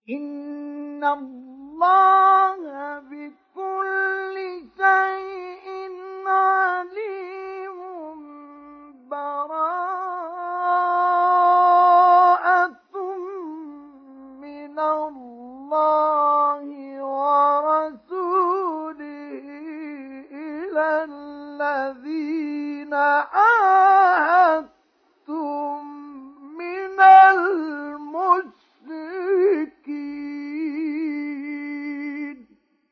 إن الله بكل شيء عليم. براءة من الله ورسوله إلى الذين عاهدتم من المشركين.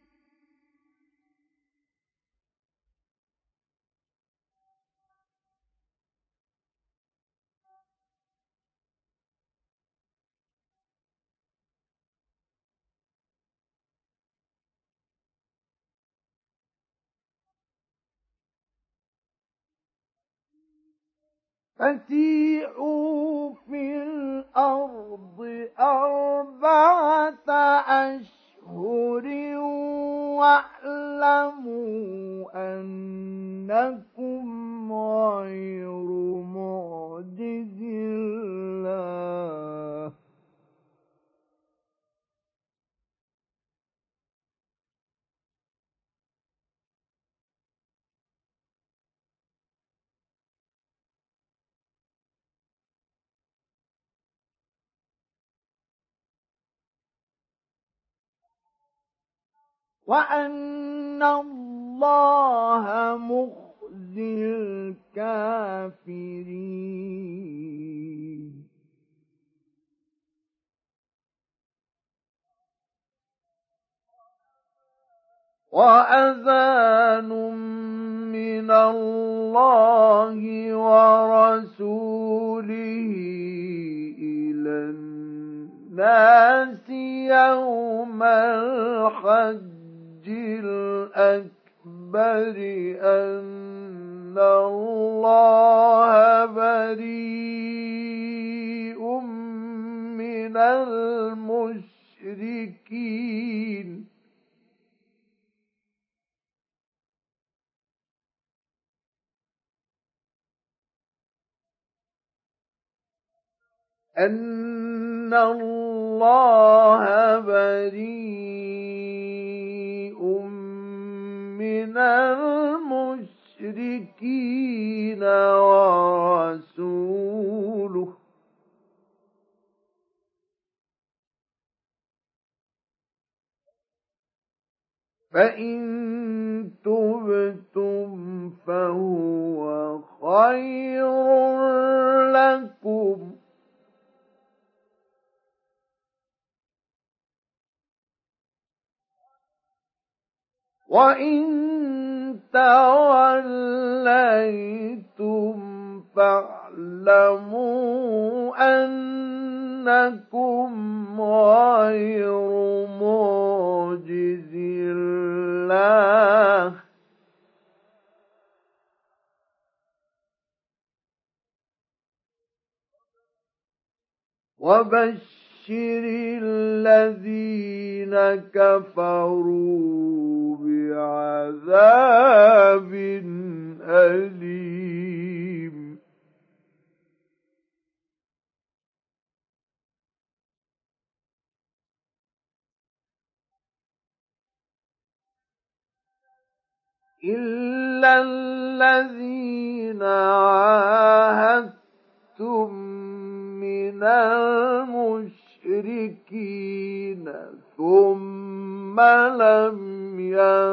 فسيحوا في الأرض 4 أشهر واعلموا أنكم غير معجز الله. وأن الله مخزي الكافرين. وأذان من الله ورسوله إلى الناس يوم الحج الأكبر أن الله بريء من المشركين. أن الله بريء من المشركين ورسوله فإن تبتم فهو خير لكم وإن توليتم فاعلموا أنكم غير معجز الله وبشر الذين كفروا بعذاب أليم. إلا الذين عاهدتم من المشركين ثم لم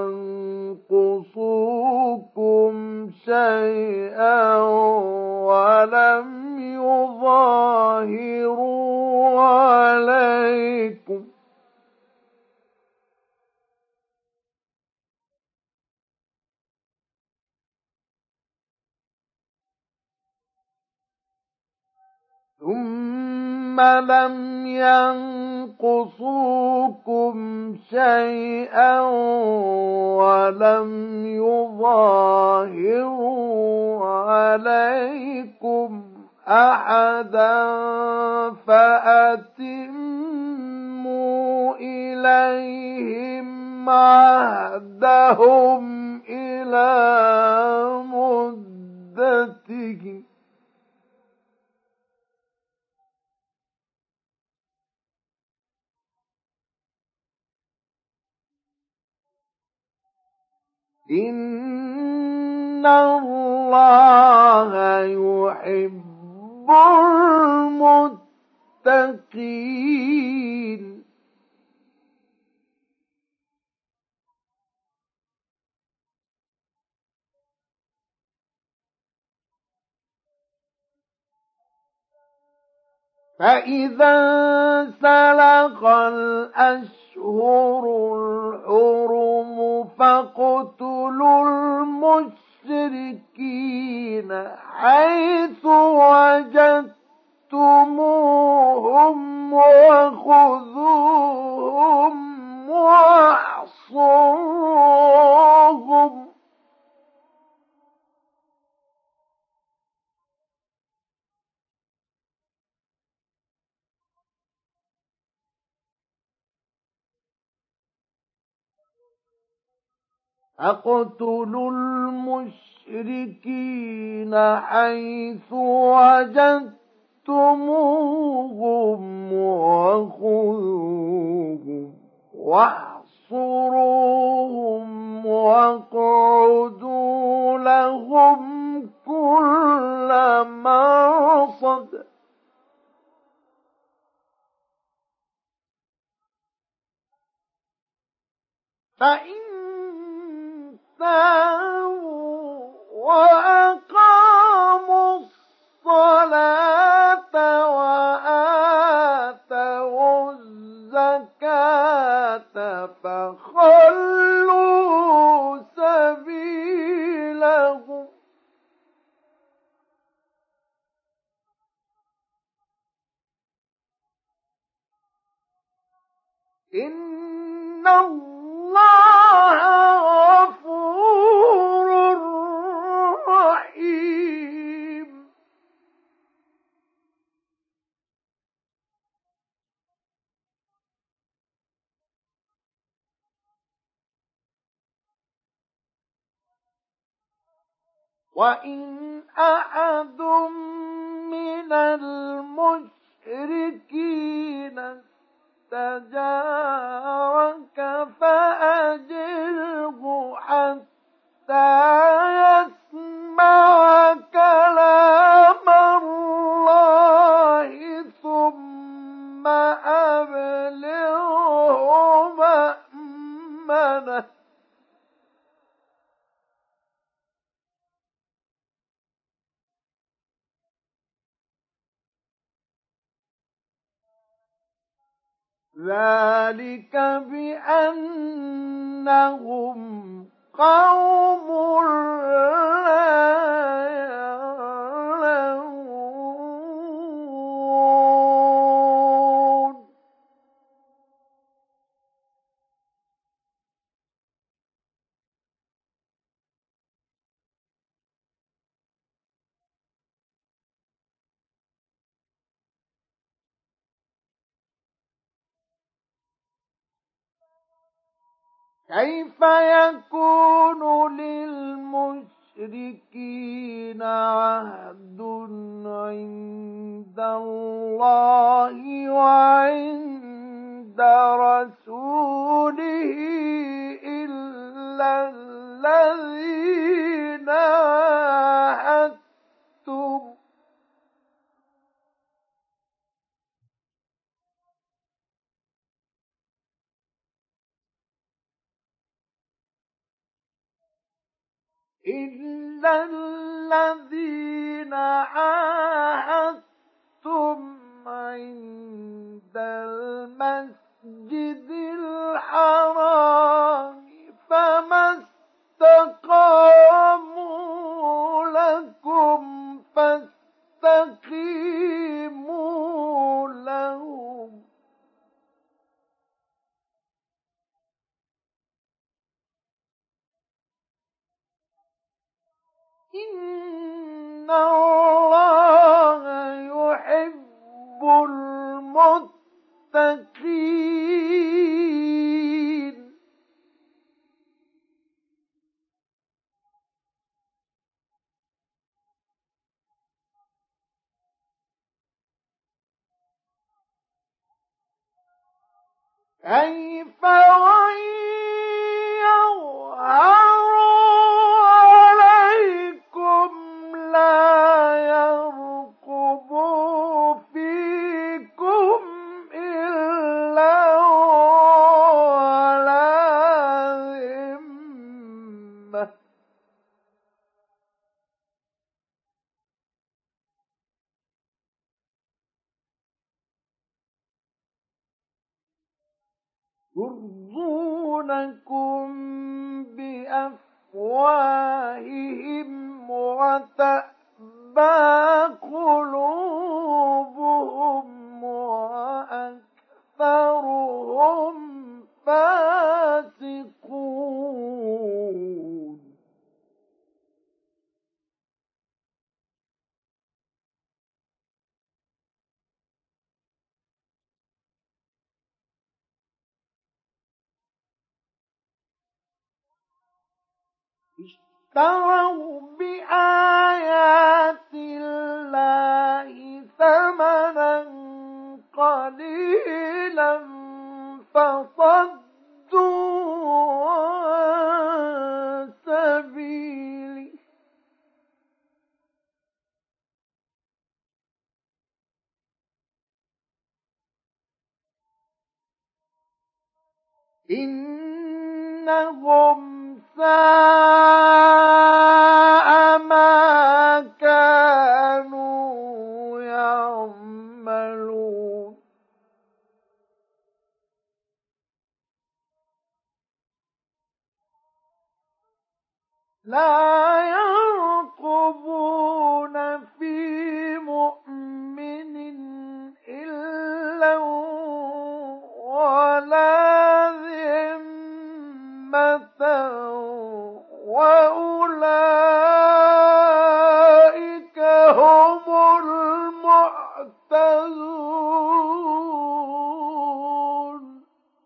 ينقصوكم شيئا ولم يظاهروا عليكم ثم لم ينقصوكم شيئا ولم يظاهروا عليكم أحدا فأتموا إليهم عهدهم إلى مدتهم إن الله يحب المتقين فإذا سلخ الأشهر الحرم فاقتلوا المشركين حيث وجدتموهم وخذوهم واحصروهم اقتلوا المشركين حيث وجدتموهم وخذوهم واحصروهم واقعدوا لهم كل مرصد فإن تابوا وأقاموا الصلاة وآتوا الزكاة فخلوا سبيلهم إن الله غفور رحيم وإن أحد من المشركين استجارك فأجره حتى يسمع كلام الله ثم أبلغه مأمنه ذلك بأنهم قوم لا يعلمون كيف يكون للمشركين عهد عند الله وعند رسوله إلا الذين عاهدتم عند المسجد الحرام فما استقاموا لكم فاستقيموا لهم إن الله يحب المتقين كيف وإن يظهروا يرضونكم بأفواههم وتأبى قلوبهم وأكثرهم فاسقون. اشتروا بآيات الله ثمنا قليلا فصدوا عن سبيله إنهم ساء ما كانوا يعملون. لا يرقبون في مؤمن إلا ولا ذمة وأولئك هم المعتدون.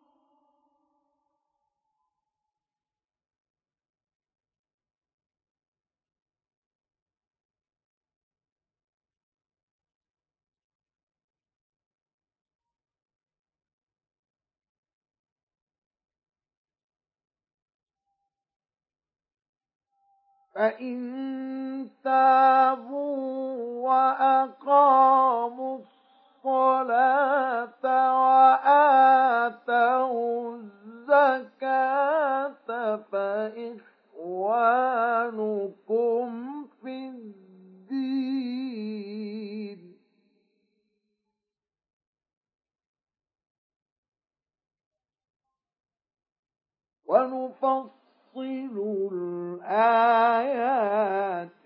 فإن تابوا وأقاموا الصلاة وآتوا الزكاة فإخوانكم في الدين ونفصل الآيات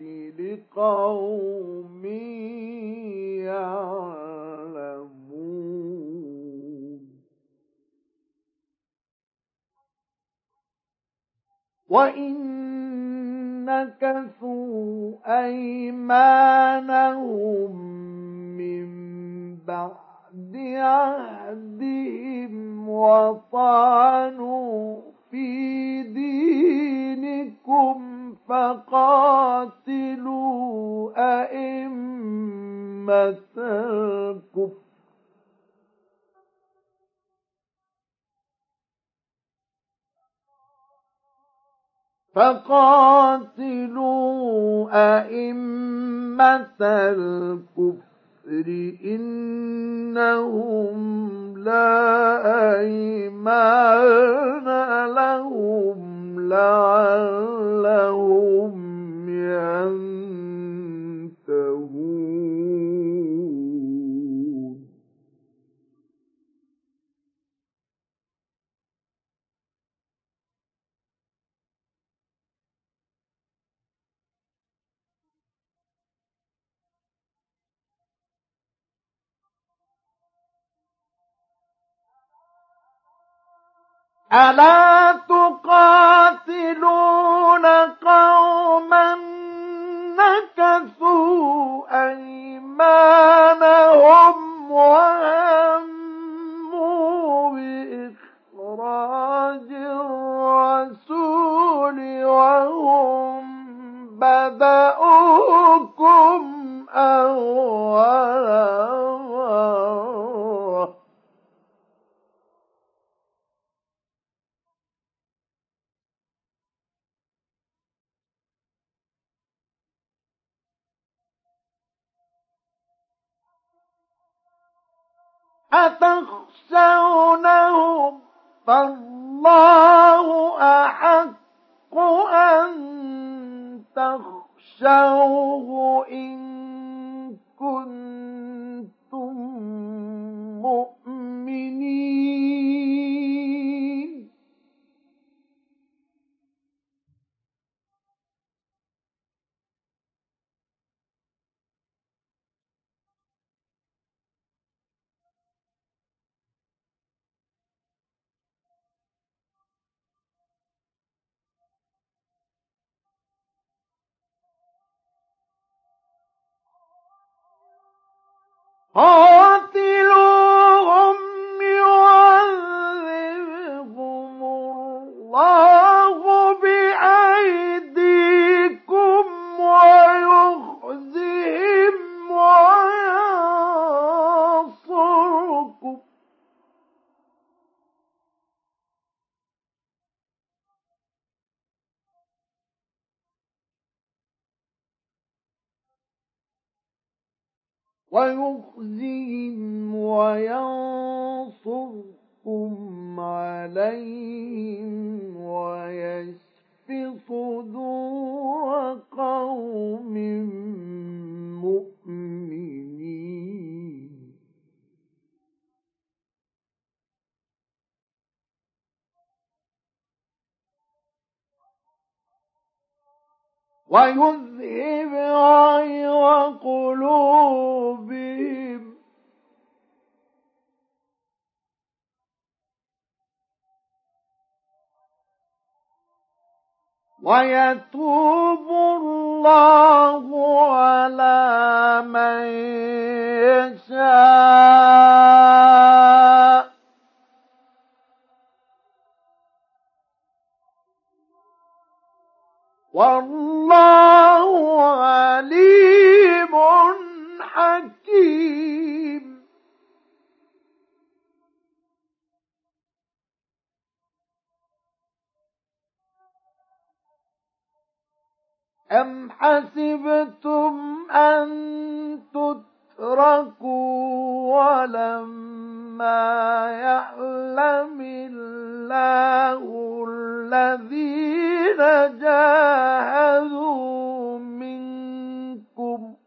لقوم يعلمون. وإن نكثوا أيمانهم من بعد عهدهم وطعنوا في دينكم فقاتلوا أئمة الكفر إنهم لا أيمان لهم لعلهم ينتهون. ألا تقاتلون قوما نكثوا أيمانهم وهموا بإخراج الرسول وهم بدأوكم أول مرة أتخشونهم فالله أحق أن تخشوه إن كنتم مؤمنين. قاتلوهم يعذبهم الله بأيديكم ويخزهم وينصركم عليهم ويشف صدور قوم مؤمنين ويذهب غيظ قلوبهم ويتوب الله على من يشاء والله عليم حكيم أم حسبتم أن تتركوا ولما يعلم الله الذين جاهدوا منكم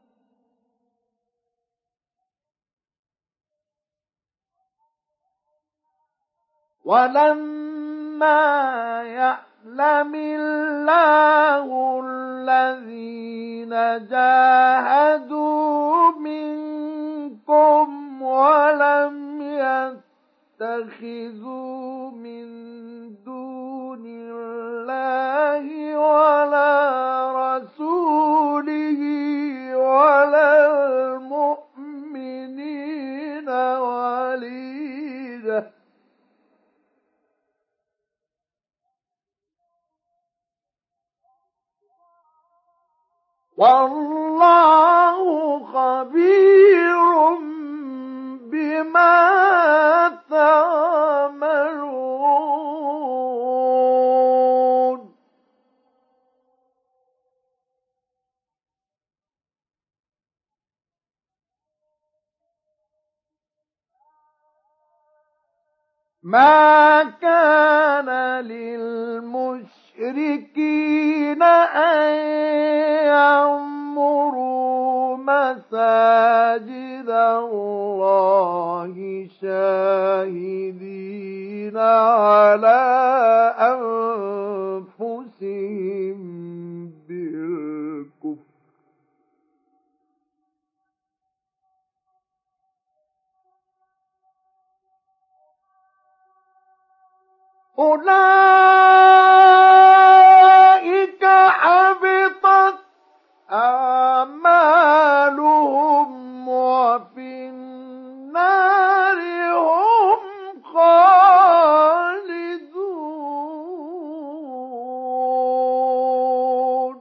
لم الله الذين جاهدوا منكم ولم يتخذوا من دون الله ولا رسوله ولا المؤمنين وليجة والله خبير بما تعملون ما كان للمشركين أن يعمروا مساجد الله شاهدين على أنفسهم بالكفر أولئك حبطت أعمالهم وفي النار هم خالدون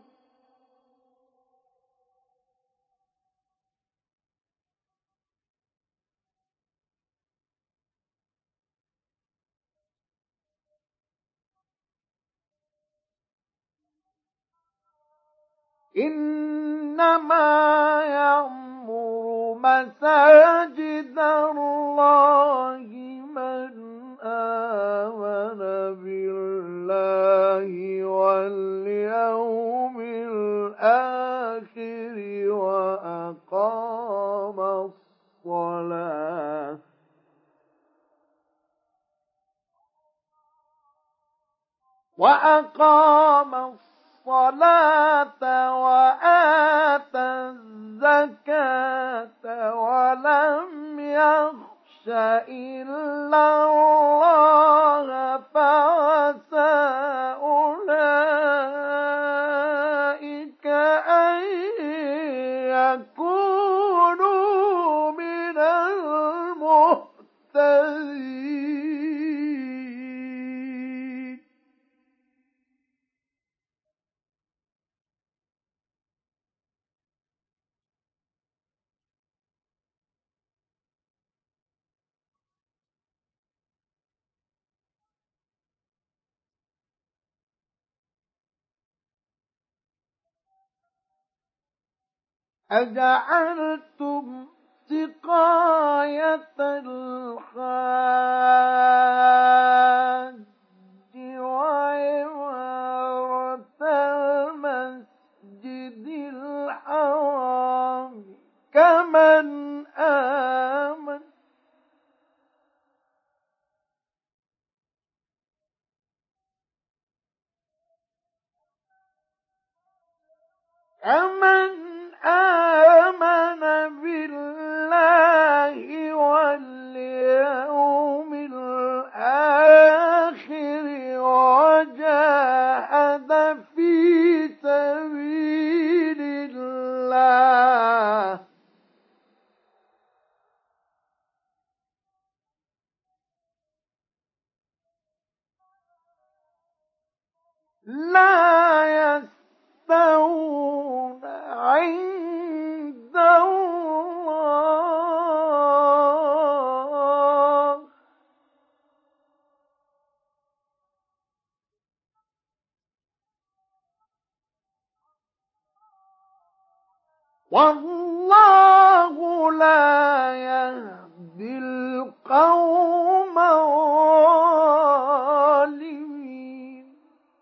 إنما يعمر مساجد الله من آمن بالله واليوم الآخر وأقام الصلاة وآتى الزكاة ولم يخش إلا الله فعسى أولئك أن يكونوا أجعلتم سقاية الحاج وعمارة المسجد الحرام كمن آمن بالله واليوم الآخر وجاهد في سبيل الله لا يستوون عند الله والله لا يهدي القوم الظالمين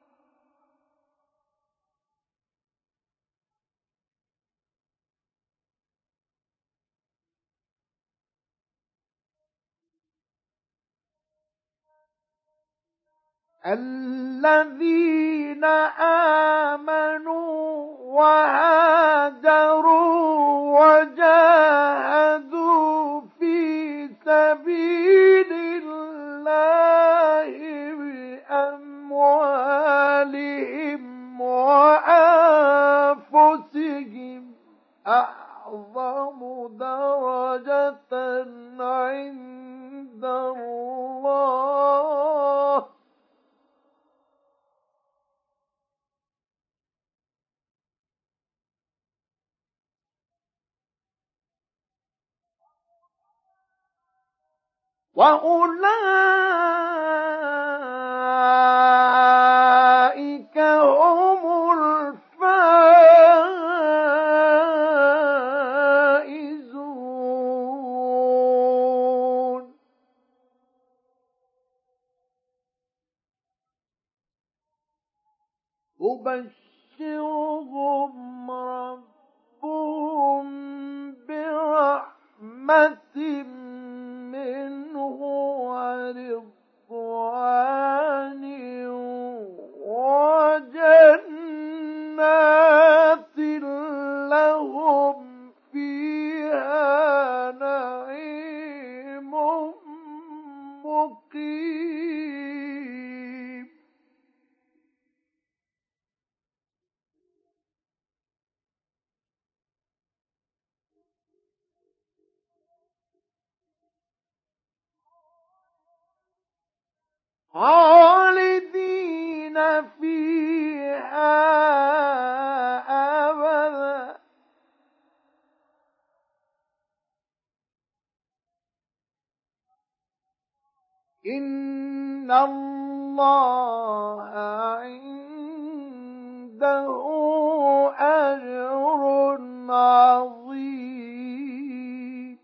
الذين آمنوا وهاجروا وجاهدوا في سبيل الله بأموالهم وأنفسهم أعظم درجة عند الله وأولئك هم الفائزون يبشرهم ربهم برحمة منه ورضوان وجنات لهم فيها نعيم مقيم خالدين فيها أبدا إن الله عنده أجر عظيم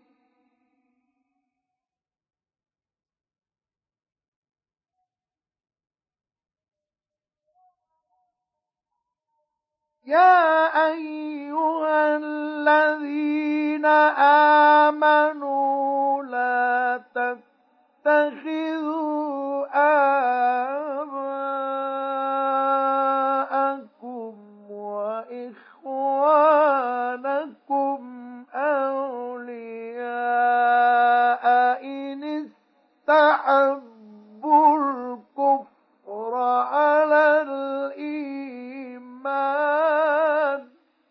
يا أيها الذين آمنوا لا تتخذوا آباءكم وإخوانكم أولياء إن استحبوا الكفر على الإيمان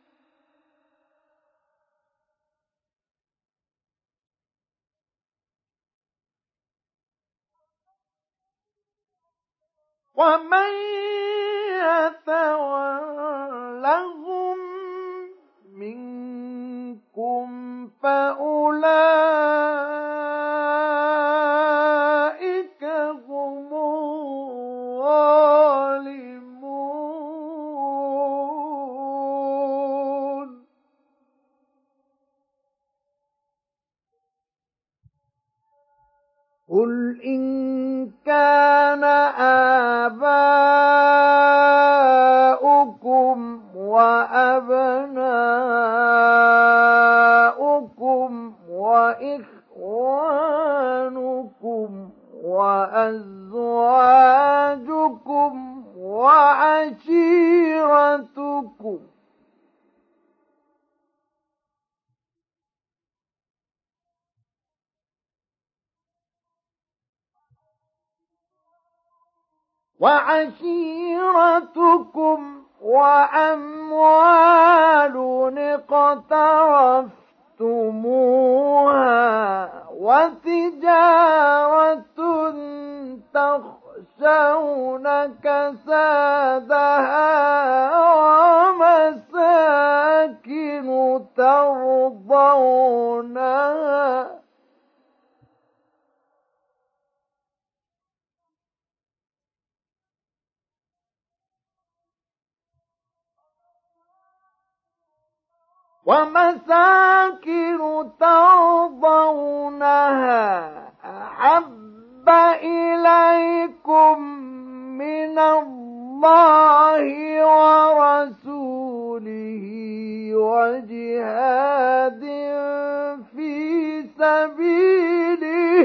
ومن يتولهم منكم فأولئك هم الظالمون قل إن كان آباؤكم وأبناؤكم وإخوانكم وأزواجكم وعشيرتكم وأموال اقترفتموها وتجارة تخشون كسادها ومساكن ترضونها أحب إليكم من الله ورسوله وجهاد في سبيله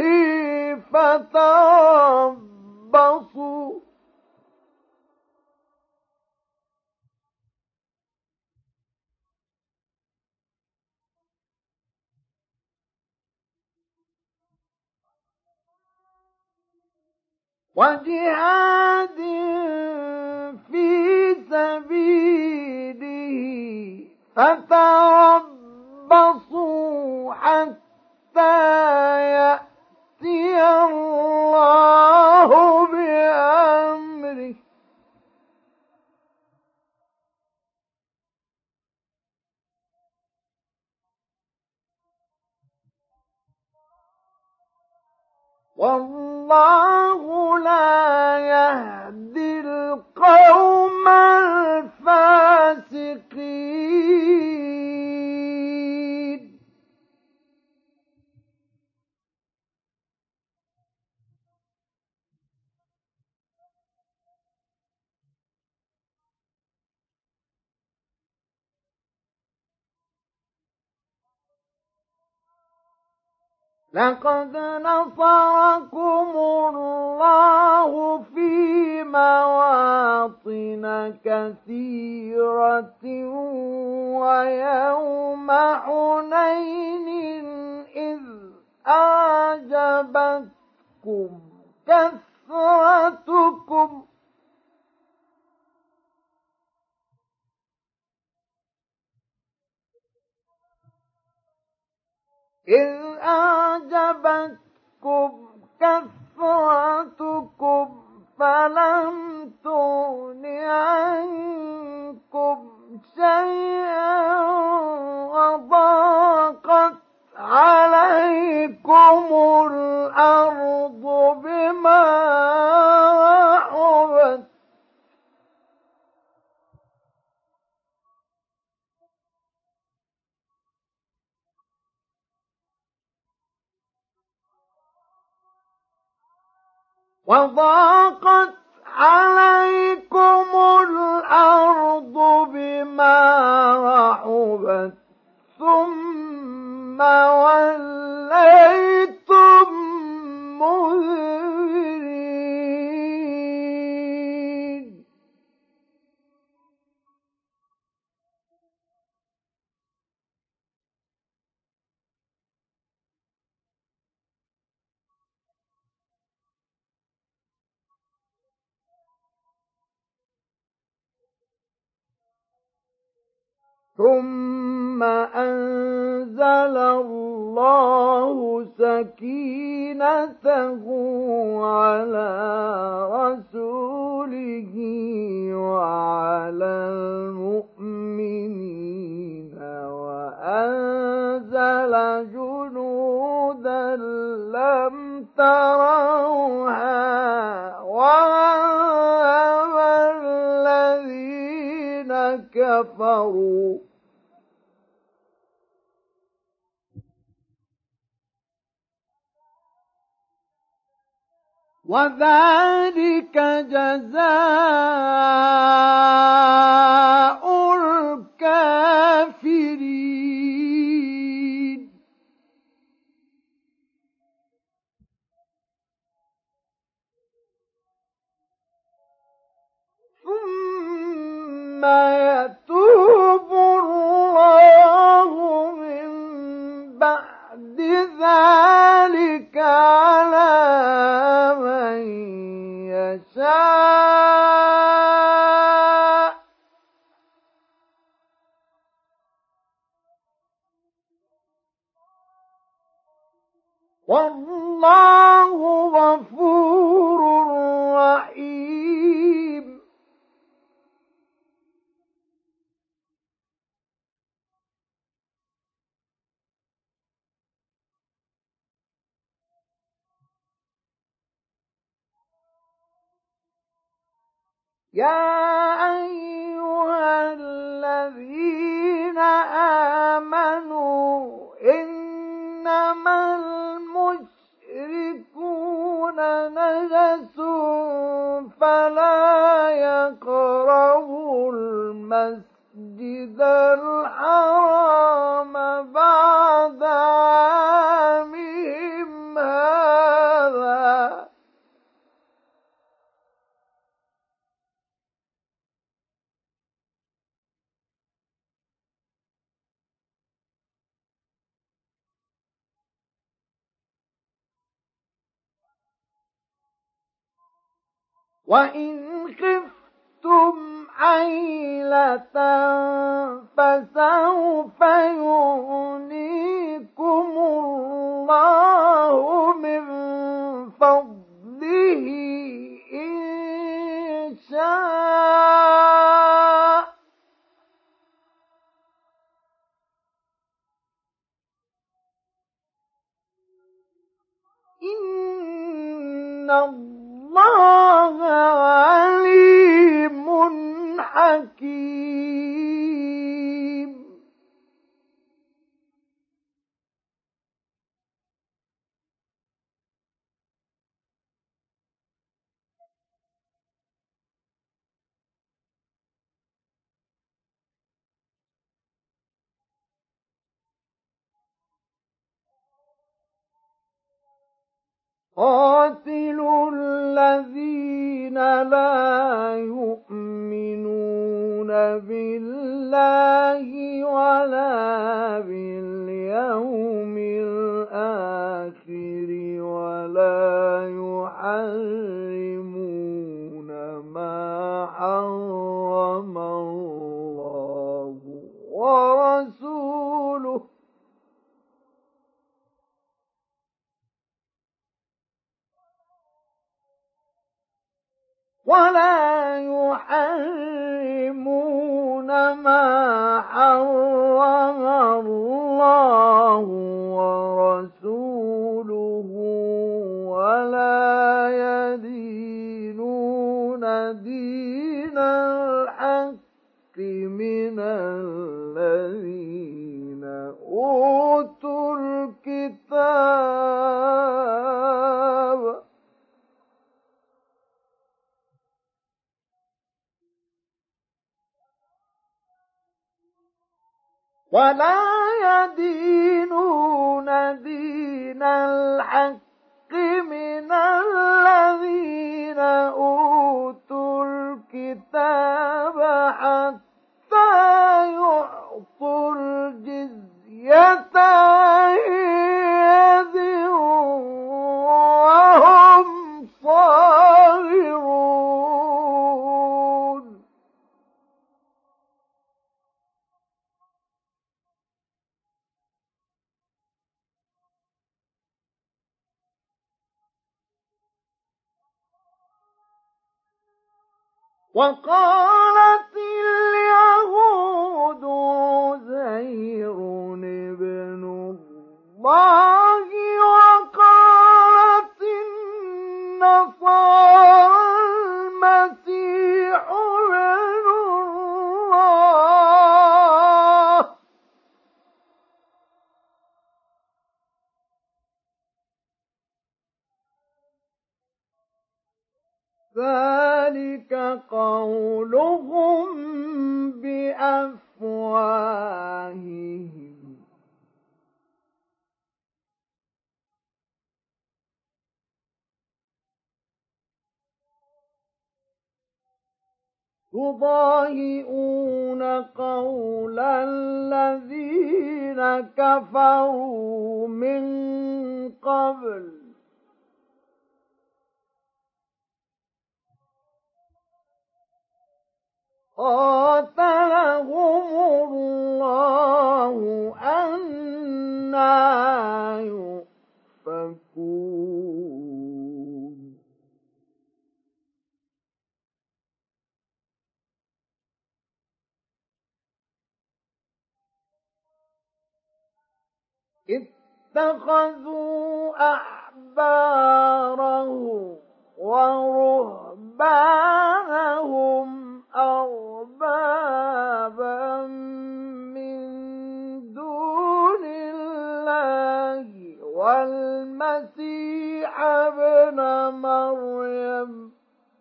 فتربصوا وجهاد في سبيله فتربصوا حتى يأتي الله بأمره والله لا يهدي القوم الفاسقين لقد نصركم الله في مواطن كثيرة ويوم حنين إذ أعجبتكم كثرتكم فلم تغن عنكم شيئا وضاقت عليكم الأرض بما رحبت ثم وليتم مدبرين ثم أنزل الله سكينته على رسوله وعلى المؤمنين وأنزل جنودا لم تروها وعذب الذين كفروا وذلك جزاء الكافرين. ثم يتوب الله من بعد ذلك على من يشاء، والله غفور رحيم. يا أيها الذين آمنوا إنما المشركون نجس فلا يقربوا المسجد الحرام بعد عامهم هذا، وإن خفتم عيلة فسوف يغنيكم الله من فضله إن شاء، إن الله عليم حكيم. قاتلوا الذين لا يؤمنون بالله ولا باليوم الآخر ولا يحرمون ما حرم الله ورسوله ولا يحرمون ما حرم الله ورسوله ولا يدينون دين الحق من الذين أوتوا الكتاب ولا يدينون دين الحق من الذين أوتوا الكتاب حتى يعطوا الجزية عن يد وهم صاغرون. وقالت اليهود عزير ابن الله وقالت النصارى المسيح ابن الله ذلك قولهم بأفواههم يضاهئون قول الذين كفروا من قبل قاتلهم الله أنى يؤفكون اتخذوا أحبارهم ورهبانهم أربابا من دون الله والمسيح ابن مريم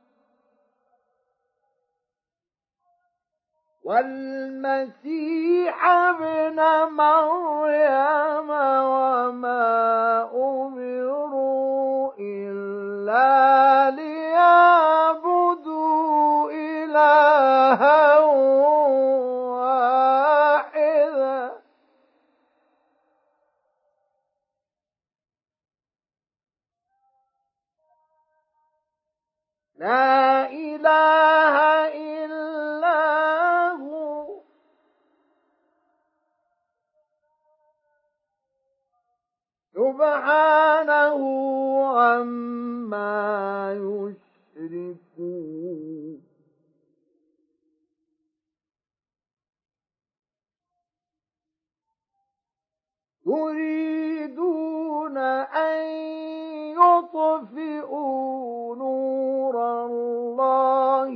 وما أمروا إلا ليعبدوا إلها واحدا لا إله إلا هو سبحانه عما يشركون يريدون أن يطفئوا نور الله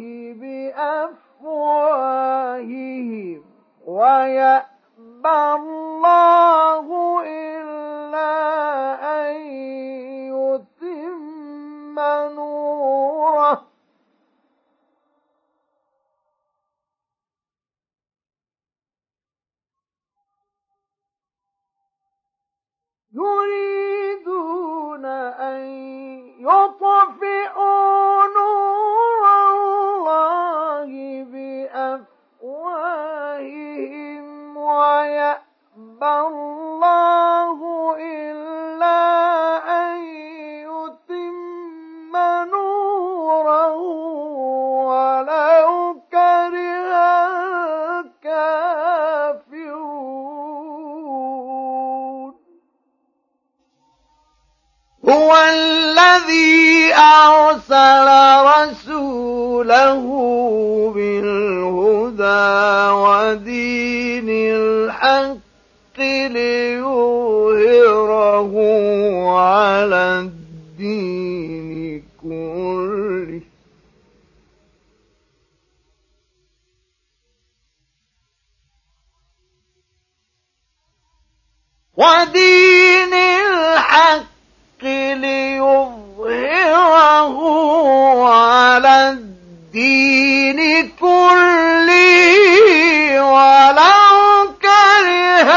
بأفواههم ويأبى الله إلا أن يتم نوره يريدون أن يطفئوا نور الله بأفواههم ويأبى الله إلا أن يتم نوره ولو كره الكافرون هو الذي أرسل رسوله بالهدى ودين الحق ليظهره على الدين كله ودين الحق ليظهره على الدين كله ولو كره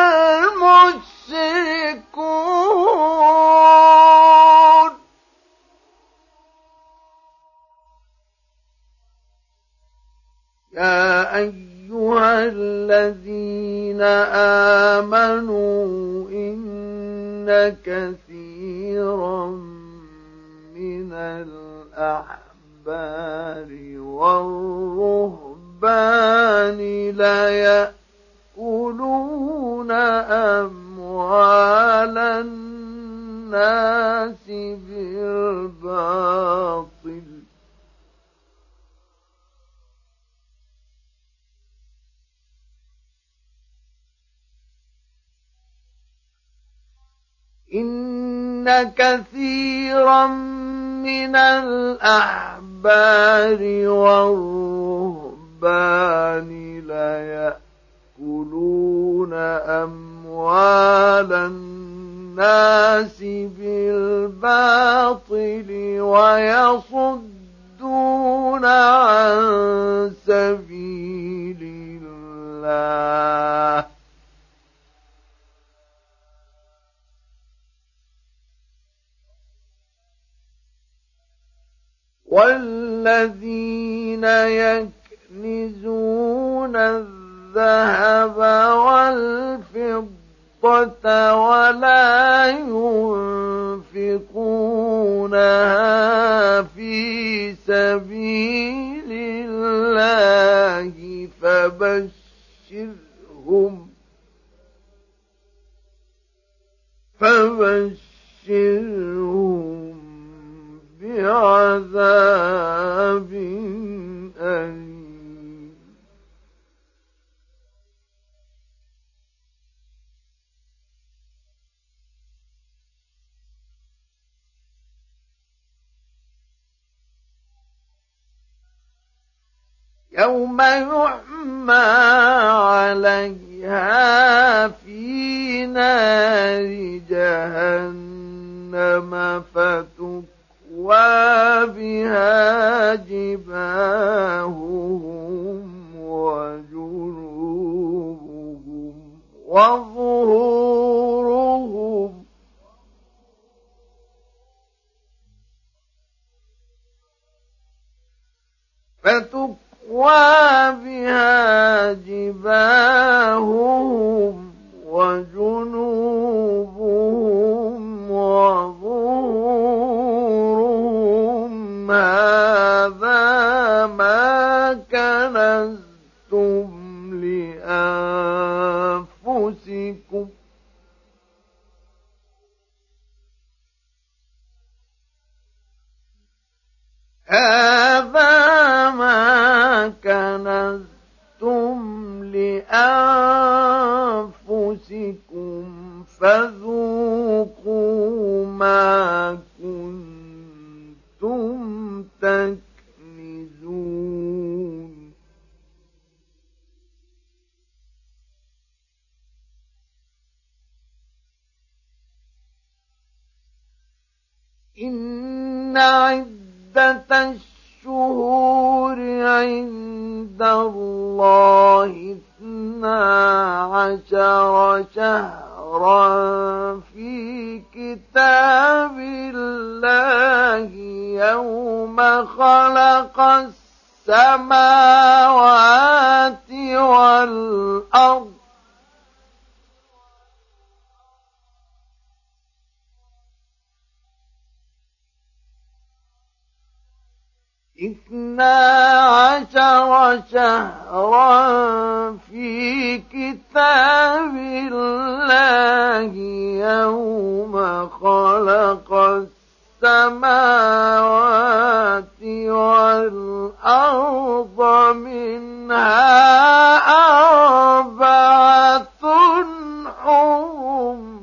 المشركون يا أيها الذين آمنوا إن كثيرا من الأحبار والرهبان ليأكلون أموال الناس بالباطل إن كثيرا من الأحبار والرهبان ليأكلون أموال الناس بالباطل ويصدون عن سبيل الله والذين يكنزون الذهب والفضة ولا ينفقونها في سبيل الله فبشرهم بعذاب أليم يوم يحمى عليها في نار جهنم فتكوى بها جباههم وجنوبهم وظهورهم بها جباههم وجنوبهم وظهورهم هذا ما كنزتم لأنفسكم هذا ما كنزتم لأنفسكم فذوقوا ما كنتم تكنزون إن عدة الشهور عند الله 12 شهرا في كتاب الله يوم خلق السماوات والأرض شهرا في كتاب الله يوم خلق السماوات والأرض منها 4 حرم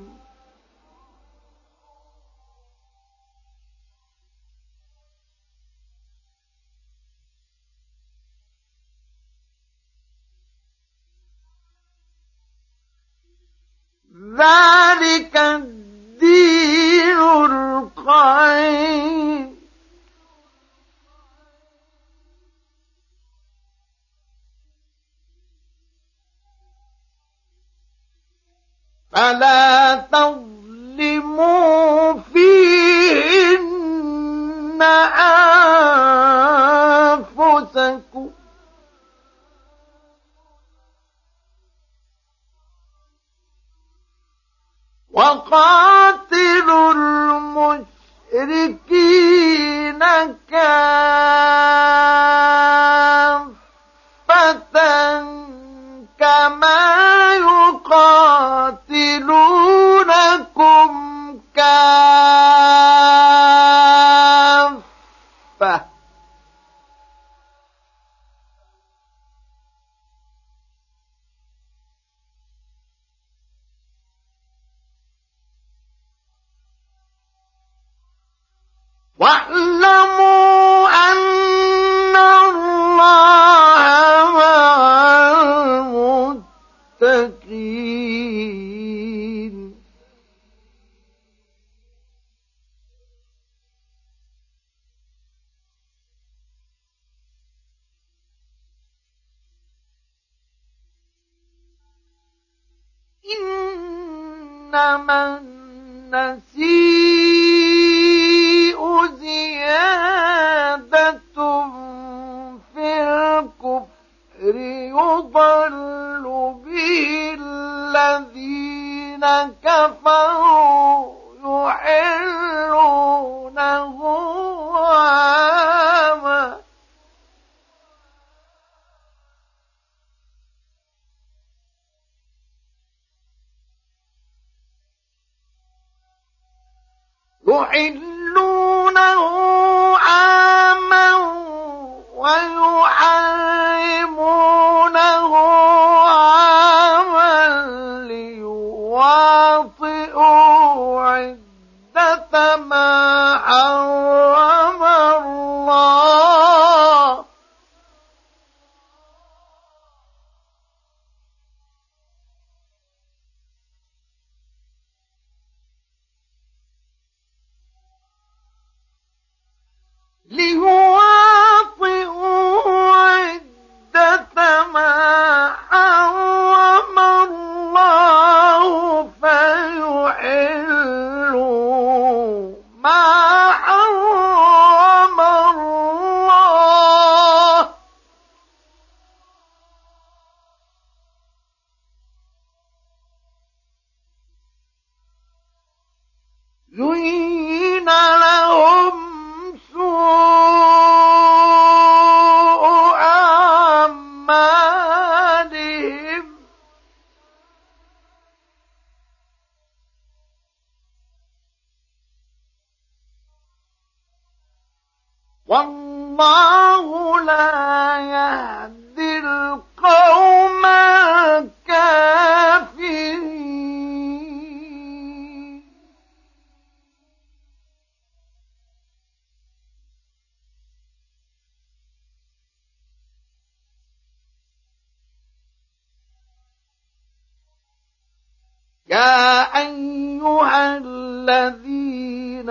ذلك الدين القيم فلا تظلموا فيهن أنفسكم وقاتلوا المشركين كافة كما يقاتلونكم كافة واعلموا أن الله مع المتقين إنما النسيء زيادة في الكفر يضل به الذين كفروا يحلونه عاما ويحرمونه عاما ليواطئوا عدة ما حرم الله فيحلوا ما حرم الله زين لهم سوء أعمالهم والله لا يهدي القوم الكافرين يا أيها الذين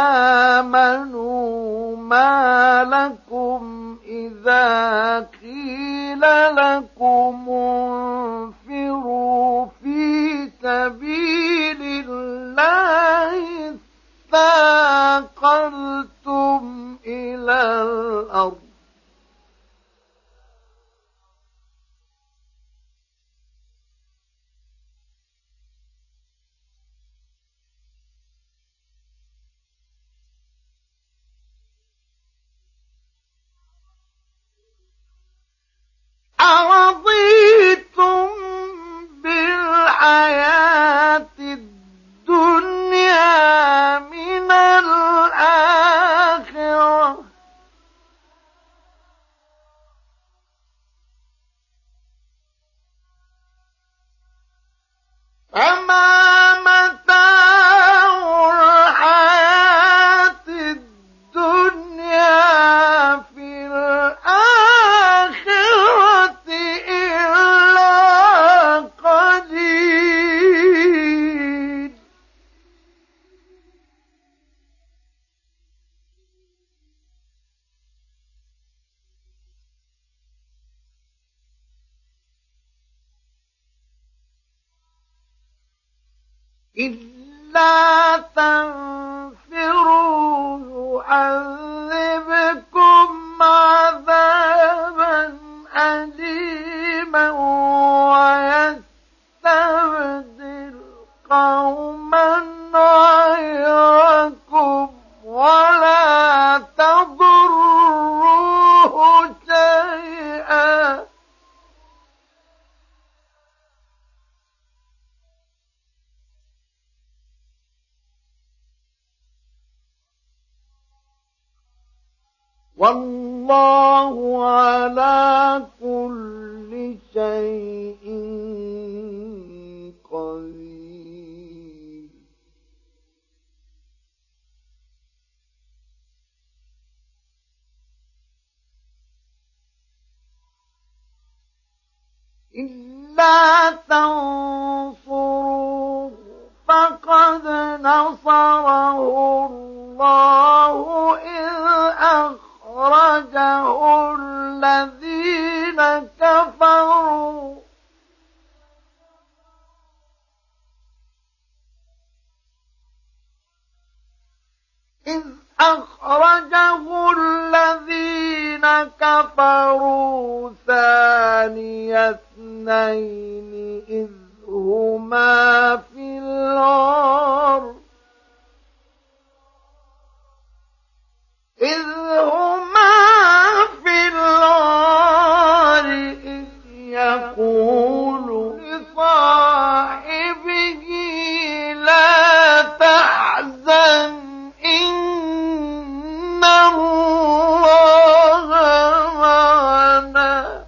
آمنوا ما لكم إذا قيل لكم انفروا في سبيل الله اثاقلتم إلى الأرض أرضيتم بالحياة الدنيا من الآخرة فما متاع الحياة الدنيا في الآخرة إلا قليل إلا تنفروا يعذبكم عذابا أليما ويستبدل قوما غيركم ولا تضروه شيئا والله على كل شيء قدير إلا تنصروه فقد نصره الله إذ أخرجه الذين كفروا أخرجه الذين كفروا ثاني اثنين إذ هما في الغار إذ يقول لصاحبه لا تحزن إن الله معنا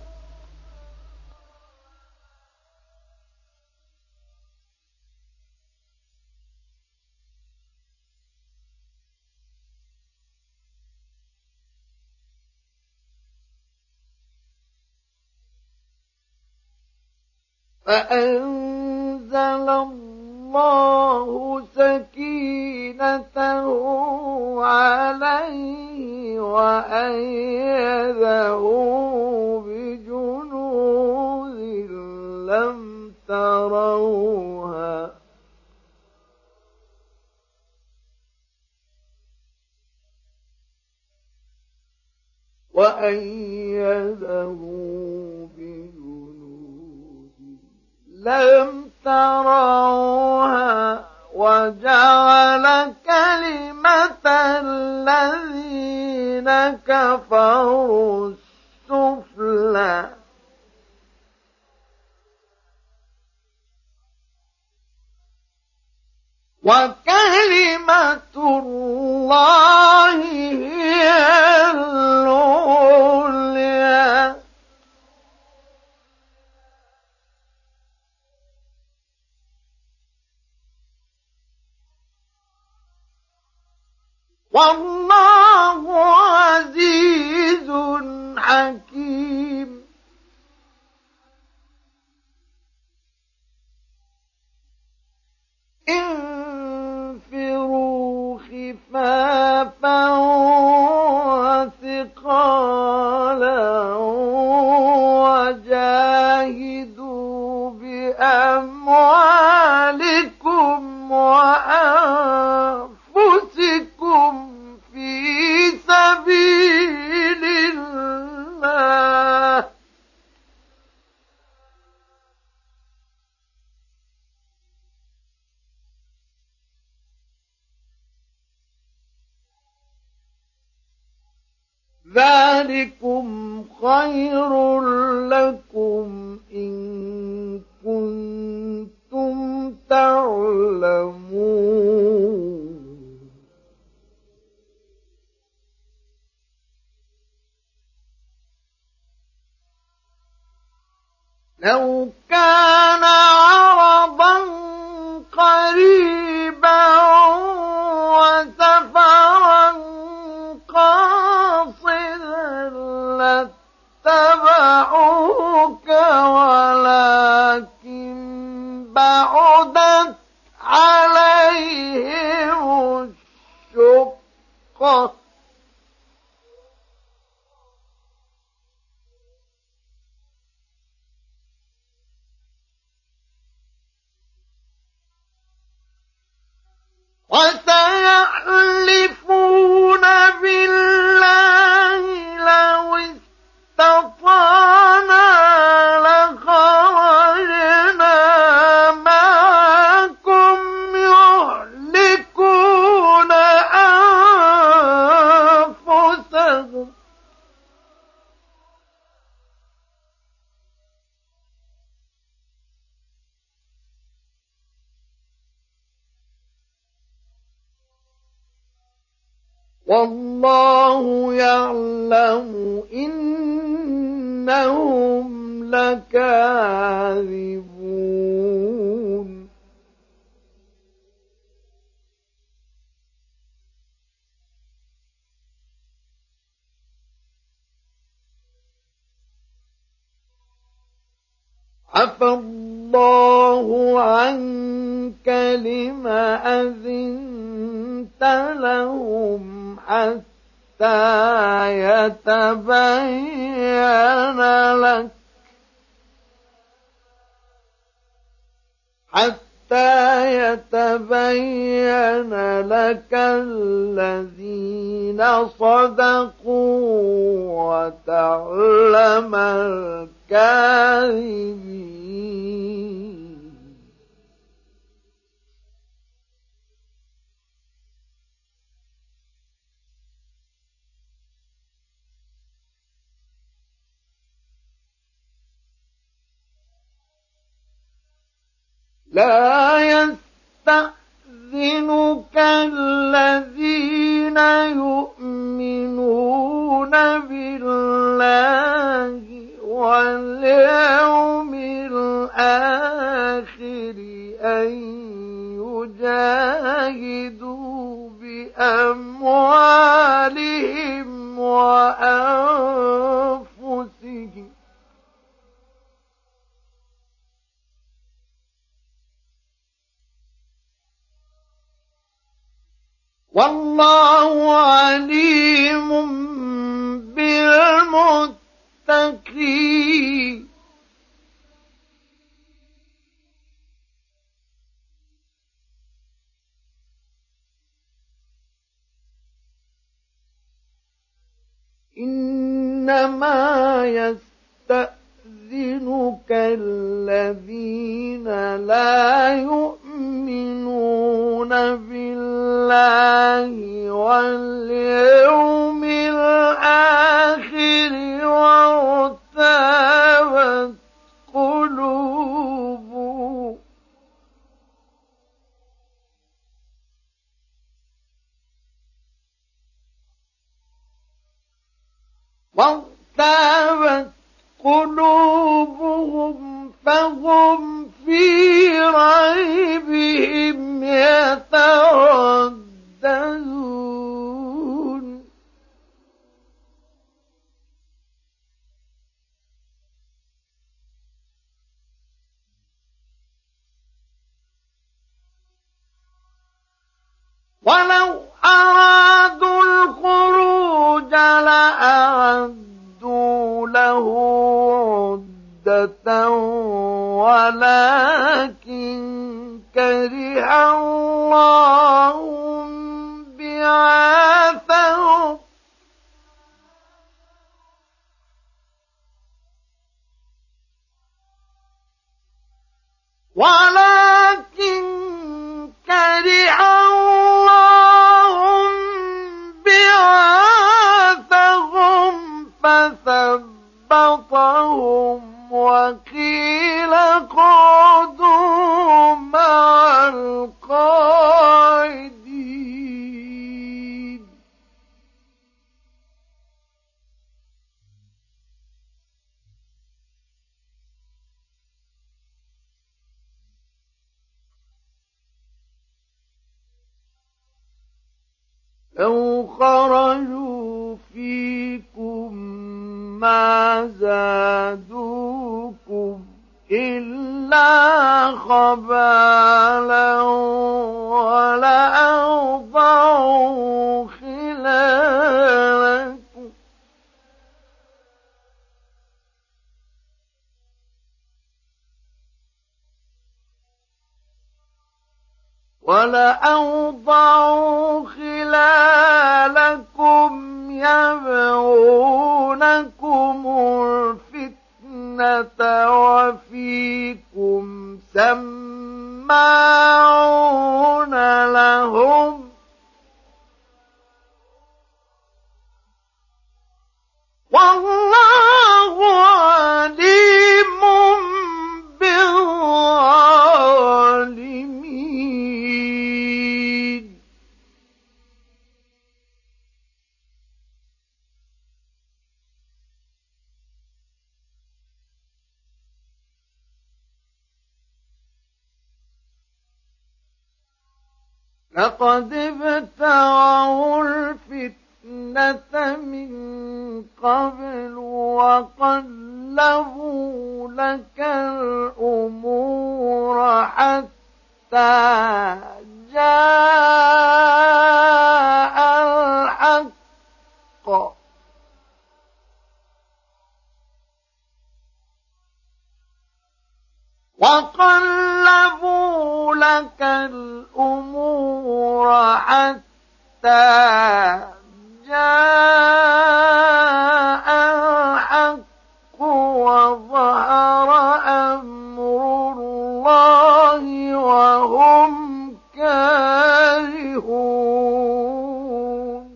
فأنزل الله سكينته عليه وأيده بجنود لم تروها لم تروها وجعل كلمة الذين كفروا السفلى وكلمة الله هي العليا والله عزيز حكيم انفروا خفافا وثقالا وجاهدوا بأموالكم وأنفسكم في سبيل الله ذلكم خير لكم إن كنتم تعلمون لو كان عرضا قريبا وسفرا قاصدا لاتبعوك ولكن بعدت عليهم الشقة وسيحلفون بالله لو استطعنا لخرجنا معكم يهلكون أنفسهم والله يعلم إنهم لكاذبون عفى الله عنك لم أذنت لهم حتى يتبين لك يتبين لك الذين صدقوا وتعلم الكاذبين. لا يستأذنك الذين يؤمنون بالله واليوم الآخر أن يجاهدوا بأموالهم وأنفسهم والله عليم بالمتقين. إنما يستأذنك الذين لا يؤمنون بالله واليوم الآخر وارتابت قلوبهم فهم في ريبهم يترددون. ولو أرادوا الخروج لأعدوا له عدة ولكن كره الله بعاثهم فثبطهم وقيل اقعدوا مع القاعدين. لو خرجوا فيكم ما زادوكم إلا خبالا ولأوضعوا خلالكم يبغونكم الفتنة وفيكم سماعون لهم والله عليم بالظالمين. لقد ابتغوا الفتنة من قبل وقلبوا لك الأمور حتى جاء الحق وقلبوا لك الأمور حتى جاء الحق وظهر أمر الله وهم كارهون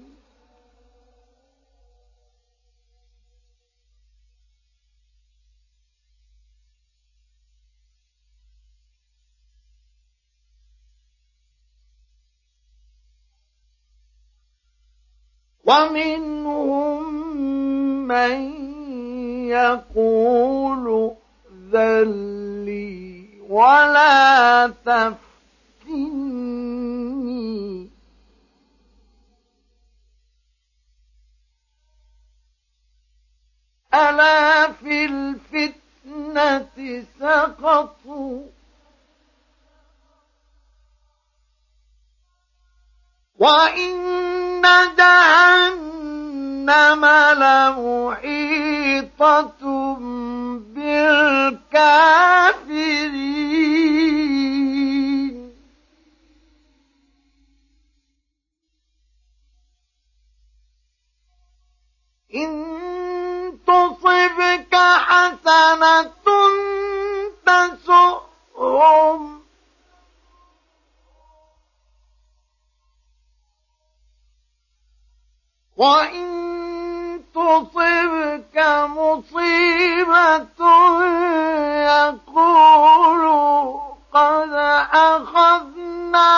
ومنهم من يقول ائذن لي ولا تفتني ألا في الفتنة سقطوا وإن جهنم لمحيطة بالكافرين إن تصبك حسنة تسؤهم وإن تصبك مصيبة يقولوا قد أخذنا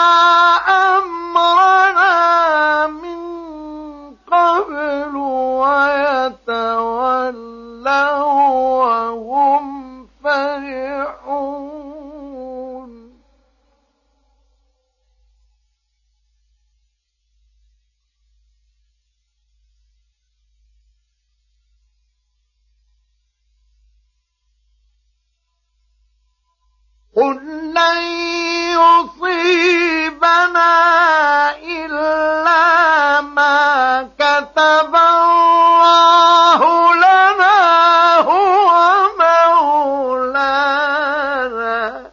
أمرنا من قبل ويتولوا وهم فرحون قل لن يصيبنا إلا ما كتب الله لنا هو مولانا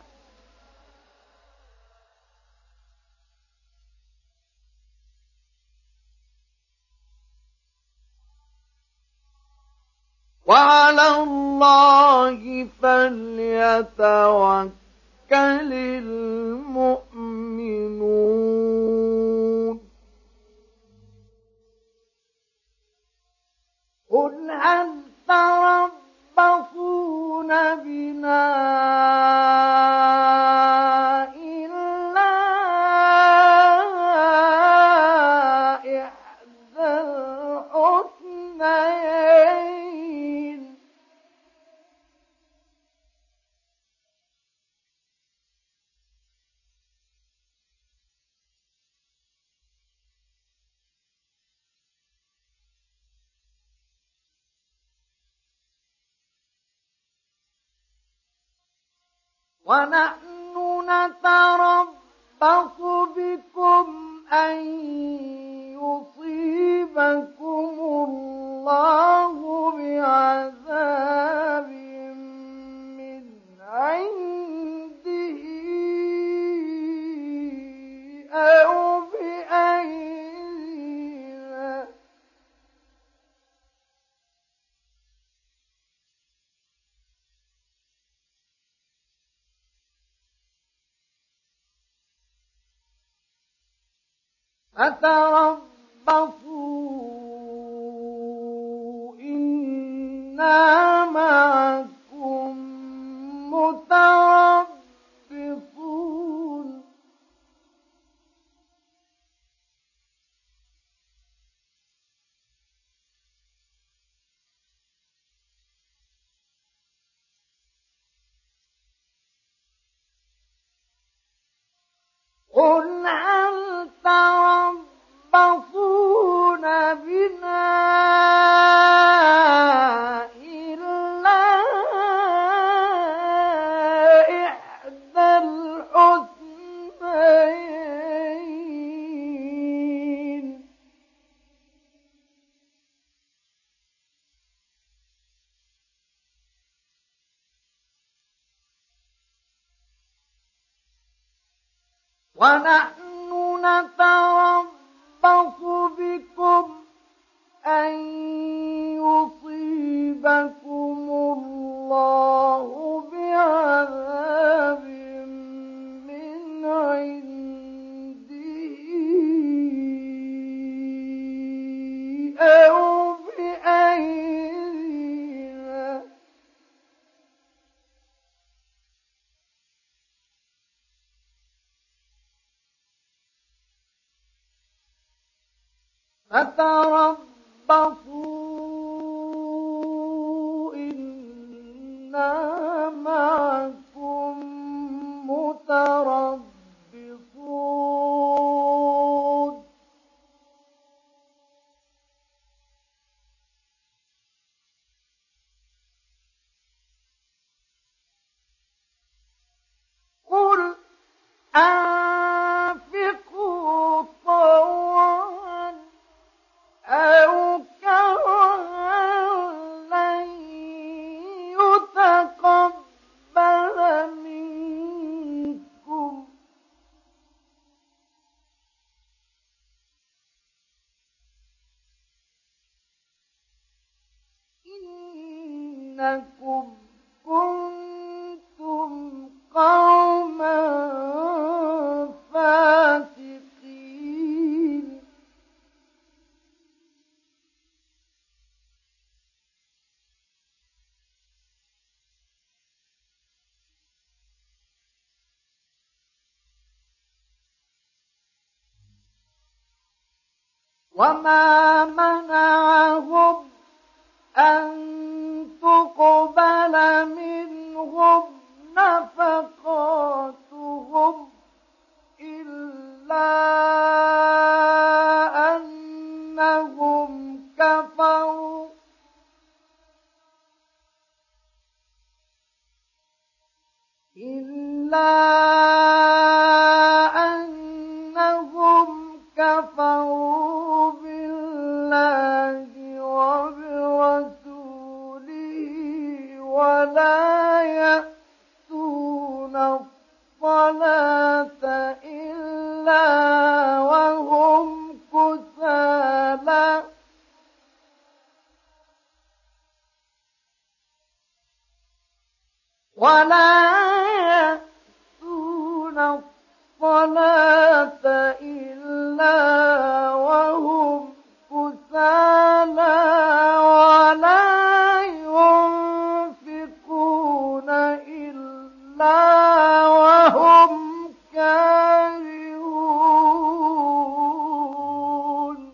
وعلى الله فليتوكل المؤمنون قل هل تربصون بنا إلا إحدى الحسنيين ونحن نتربص بكم أن يصيبكم الله بعذاب من عنده أو بأيدينا فتربصوا إنا معكم متربصون قل هل تربصون بنا إلا إحدى الحسنيين ونحن نتربص بكم أن يصيبكم الله بعذاب من عنده أو بأيدينا فتربصوا إنا معكم متربصون قل أنفقوا طوعا أو كرها لن يتقبل منكم إنكم كنتم قوما فاسقين وما منعهم أن تقبل منهم نفقاتهم إلا أنهم كفروا بالله وبرسوله ولا يأتون الصلاة إلا وهم كسالى ولا ينفقون إلا وهم كارهون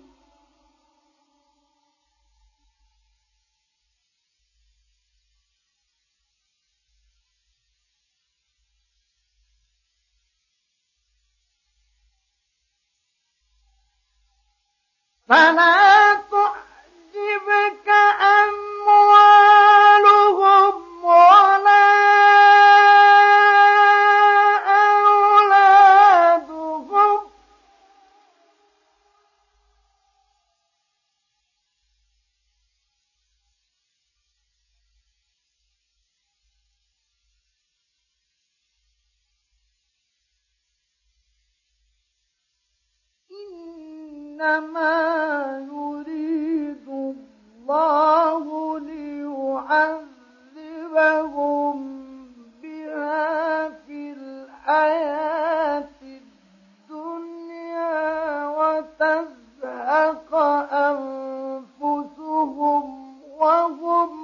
فلا تعجبك أموالهم ولا أولادهم إنما يريد الله ليعذبهم بها في الحياة الدنيا وتزهق أنفسهم وهم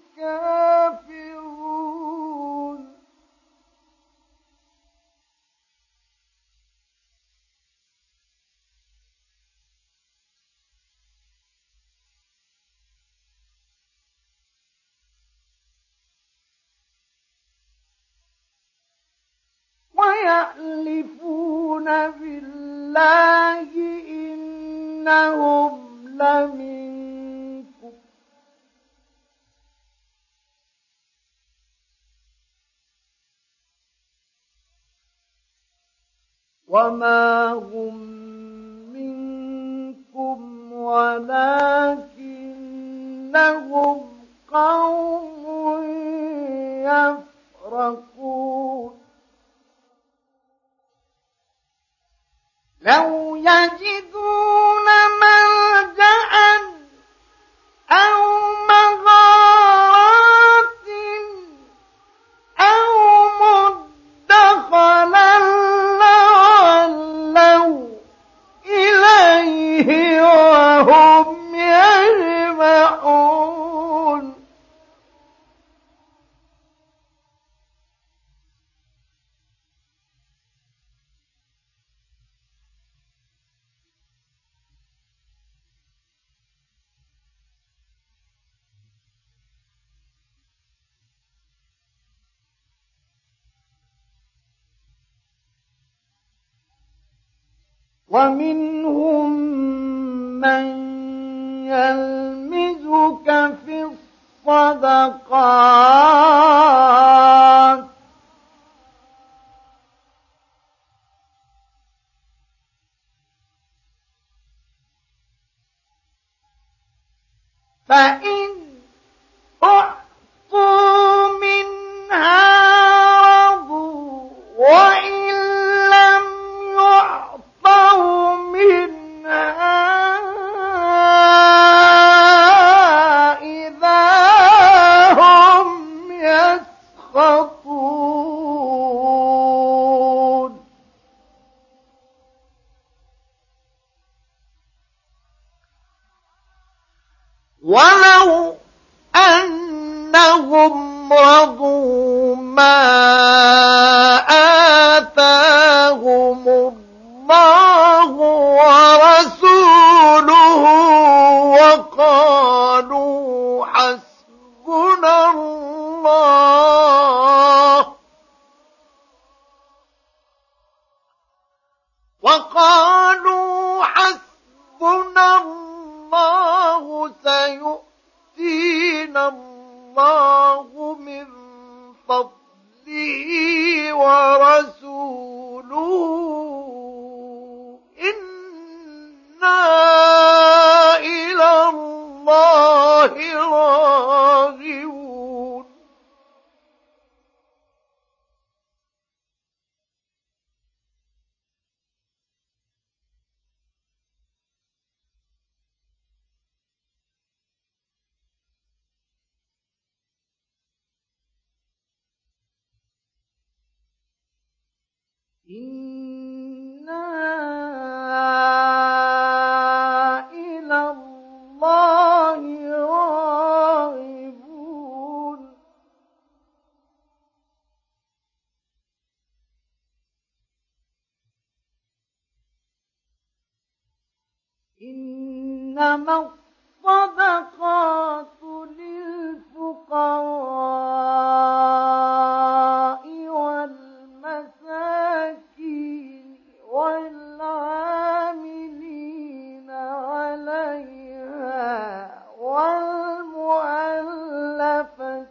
كافرون ويحلفون بالله إنهم لمنكم وما هم منكم ولكنهم قوم يفرقون يجدون ملجأ أو مغارات أو مدخلا لولوا إليه وهم يجمعون ومنهم من يلمزك في الصدقات فإن أعطوا منها رضوا وإن لم يعطوا منها إذا هم يسخطون ولو أنهم رضوا ما آتاهم الله ورسوله وقالوا حسبنا الله سيؤتينا الله من فضله ورسوله إنا إلى الله راغبون إنا إلى الله راغبون إنما الصدقات للفقراء والمساكين والعاملين عليها والمؤلفة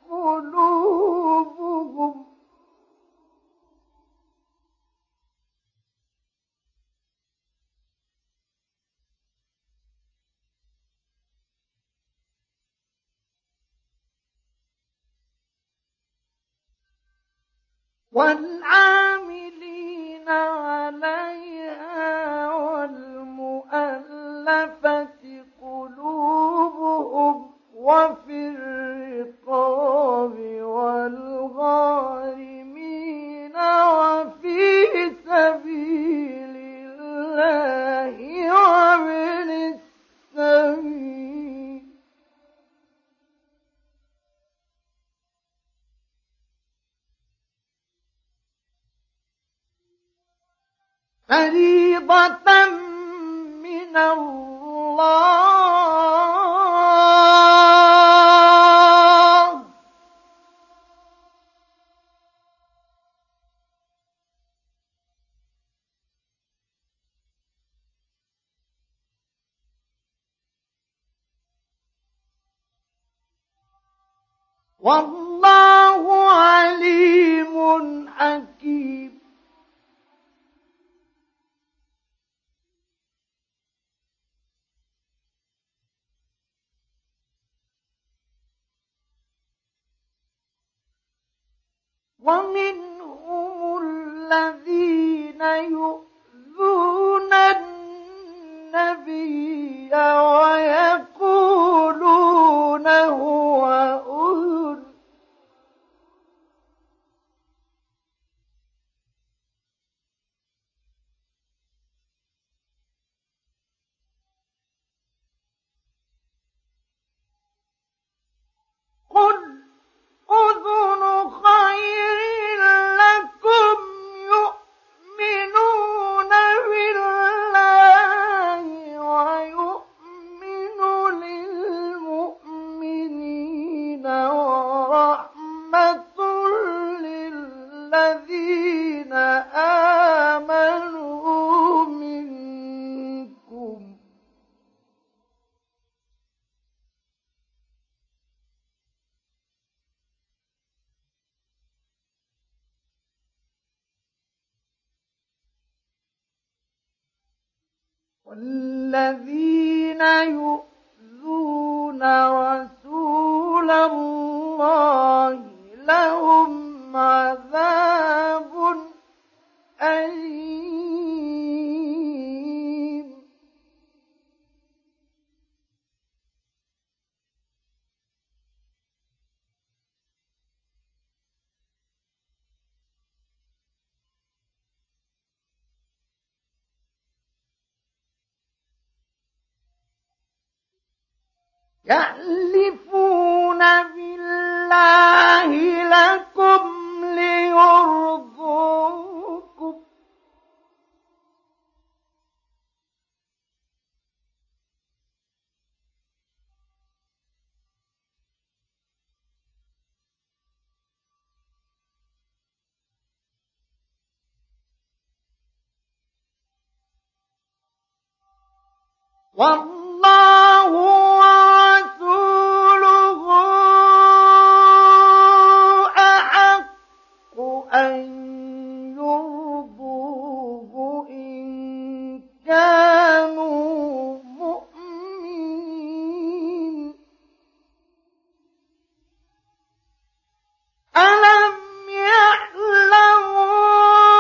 قلوبهم والعاملين عليها والمؤلفة قلوبهم وفي الرقاب والغارمين وفي سبيل الله وابن السبيل فريضة من الله والله عليم حكيم ومنهم الذين يؤذون والذين يؤذون رسول الله لهم عذاب أليم. يحلفون بالله لكم ليرضوكم والله ورسوله أحق أن يرضوه إن كانوا مؤمنين. ألم يعلموا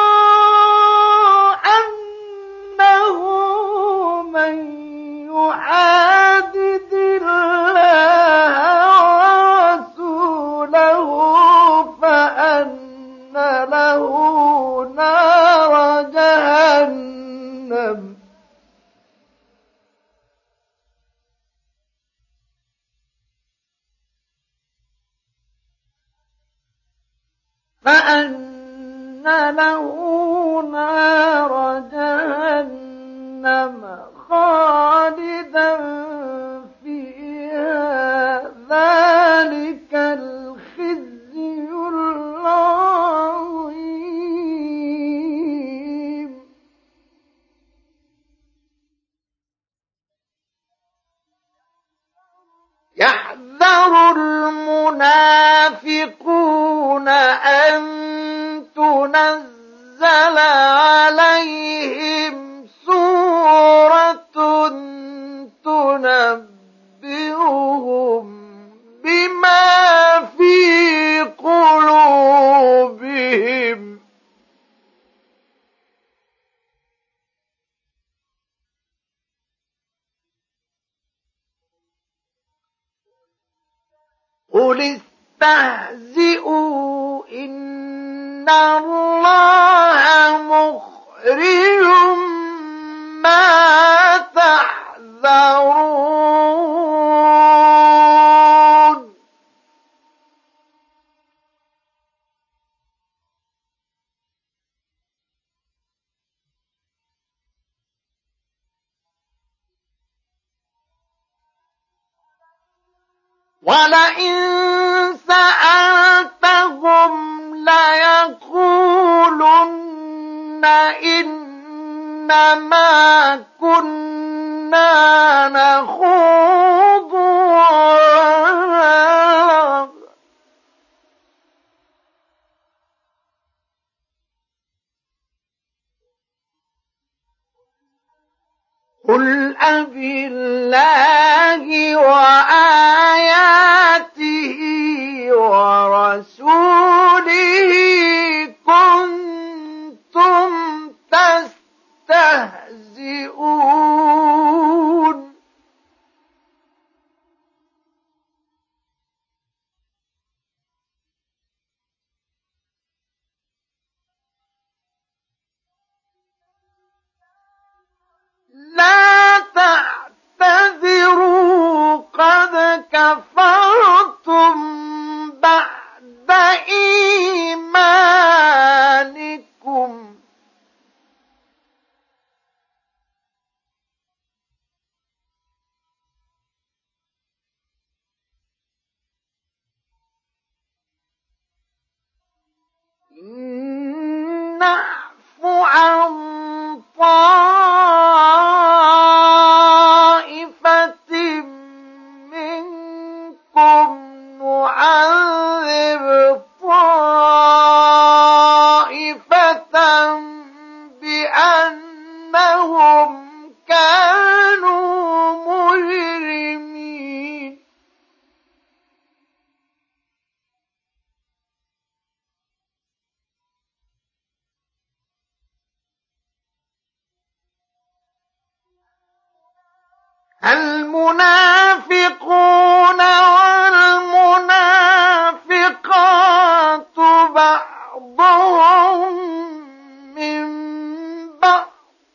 أنه من يحادد الله ورسوله فأن له نار جهنم خالدا فيها ذلك الخزي العظيم. يحذر المنافقون أن تنزل عليهم سورة تنبئهم بما في قلوبهم قل استهزئوا إن الله مخرج ما تحذرون. ولئن سألتهم ليقولن إنما كنا نخوض ونلعب قل أبالله وآياته ورسوله كنتم تستهزئون. لا تعتذروا قد كفرتم بعد إيمانكم إن نعف عن طائفة منكم نعذب طائفة بأنهم كانوا والمنافقون والمنافقات بعضهم من بعض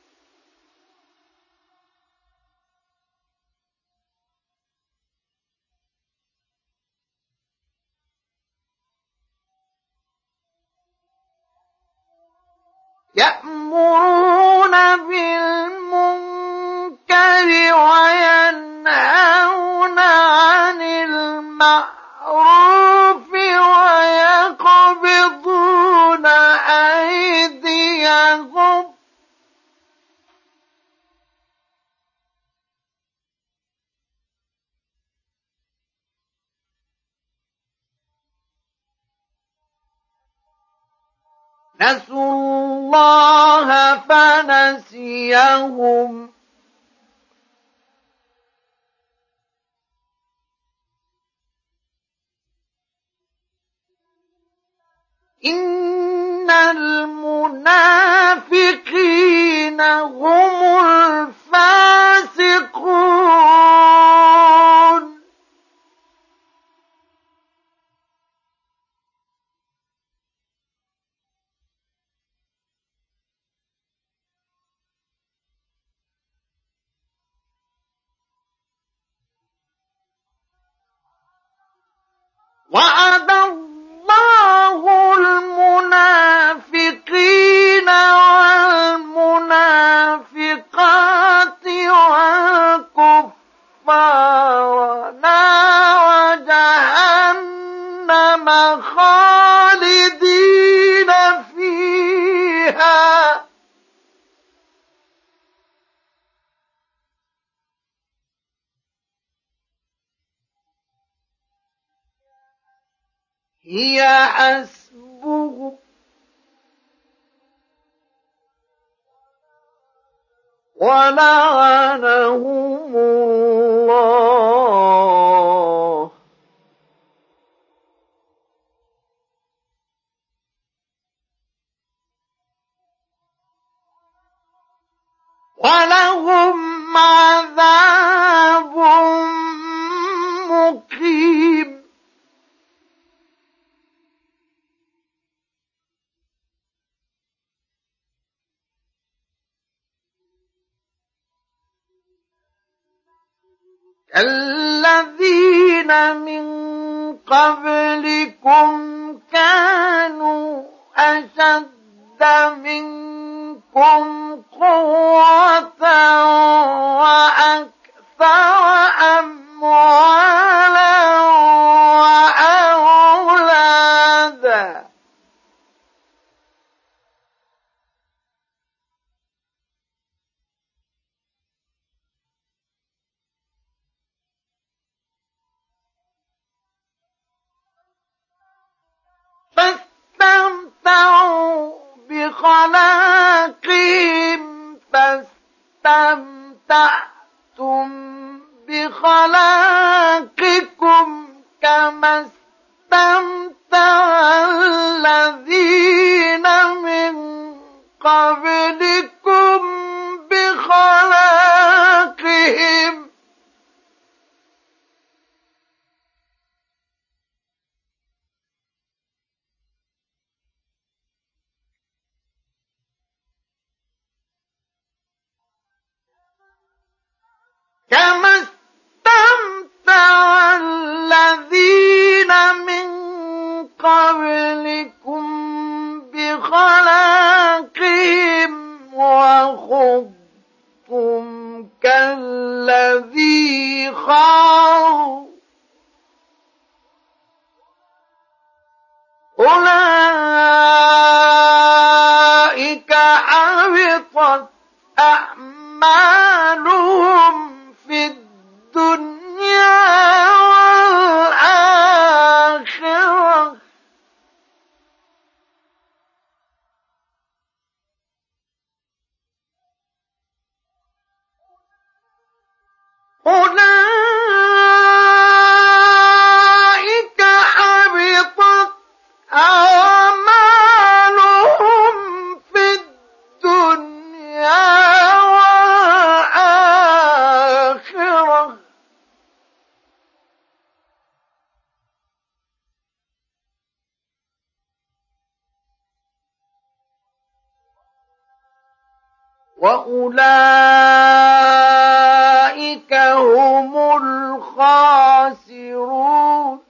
يأمرون بالمنكر وينهون عن المعروف ويقبضون أيديهم نسوا الله فنسيهم إن المنافقين هم الفاسقون وعد الله المنافقين والمنافقات والكفار نار جهنم خالدين فيها هي حسبهم ولعنهم الله ولهم عذاب مقيم الذين من قبلكم كانوا أشد منكم قوة وأكثر أموالا وأولادا فاستمتعوا بخلاقهم فاستمتعتم بخلاقكم كما استمتع الذين من قبلكم بخلاقهم كما استمتع الذين من قبلكم بخلاقهم وخضتم كالذي خاضوا أولئك حبطت أعمالهم في الدنيا والآخرة أولئك حبطت أعمالهم في الدنيا والآخرة وأولئك هم الخاسرون.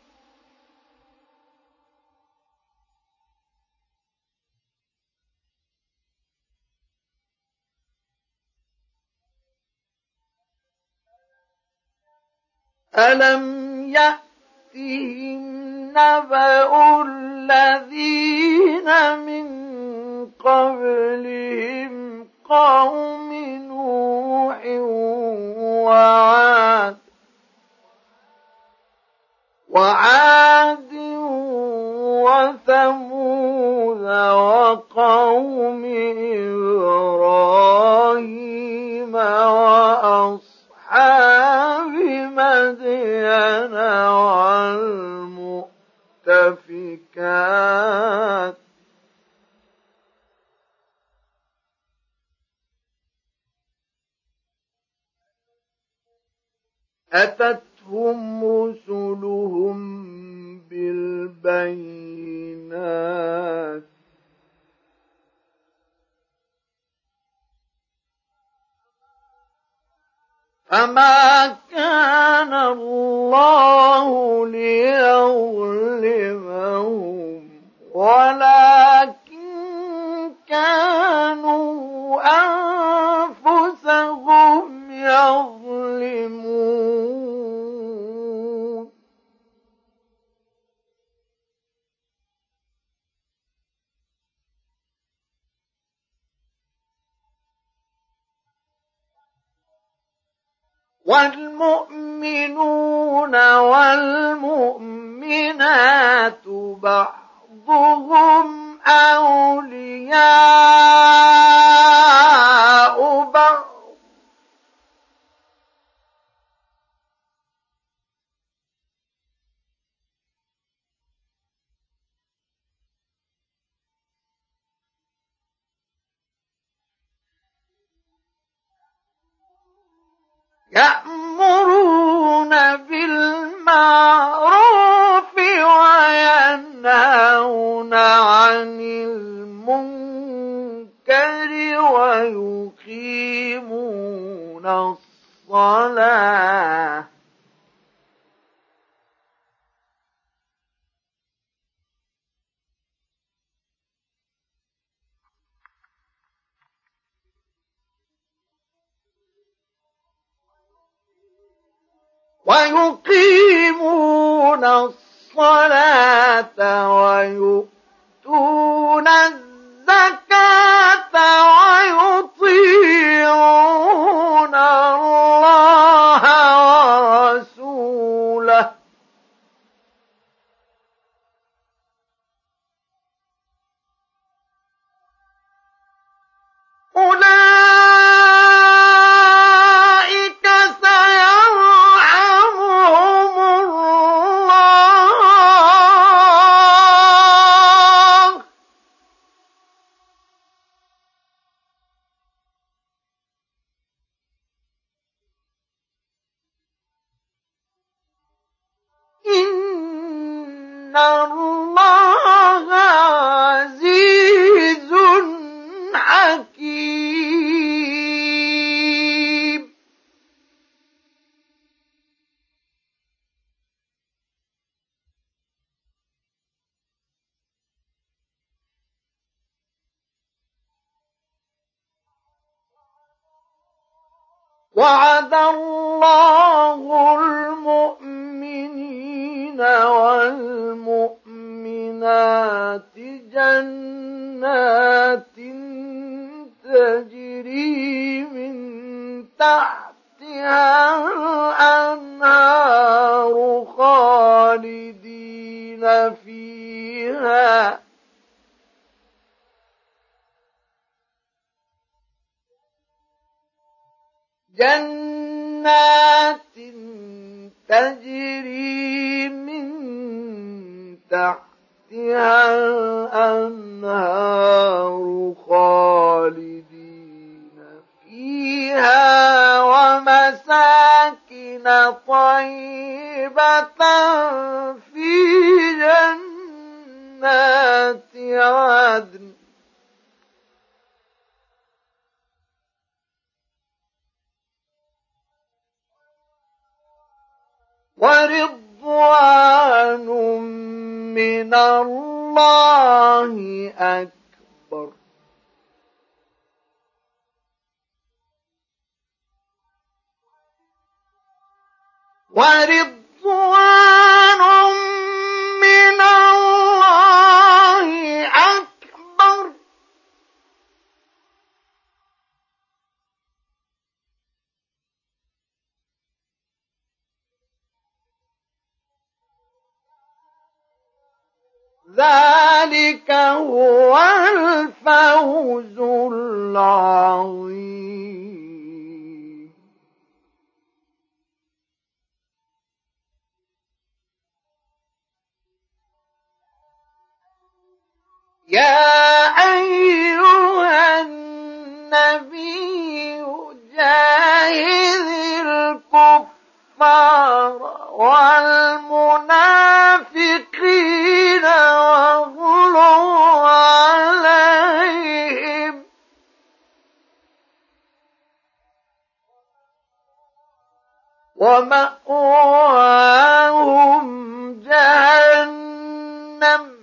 ألم يأتهم نبأ الذين من قبلهم قوم نوح وعاد وثمود وقوم إبراهيم وأصحاب مدين والمؤتفكات أتتهم رسلهم بالبينات فما كان الله ليظلمهم ولكن كانوا أنفسهم يظلمون. والمؤمنون والمؤمنات بعضهم أولياء بعض يأمرون بالمعروف وينهون عن المنكر ويقيمون الصلاة ويؤتون الزكاة ويطيعون الله ورسوله أولئك سيرحمهم الله إن الله عزيز حكيم. وعد الله المؤمنين والمؤمنات جنات تجري من تحتها الأنهار خالدين فيها جنات تجري من تحتها الأنهار خالدين فيها ومساكن طيبة في جنات عدن ورضوان من الله أكبر. ورضوان من الله أكبر. ذلك هو الفوز العظيم. يا أيها النبي جاهد الكفار والمنافقين واغلظ عليهم ومأواهم جهنم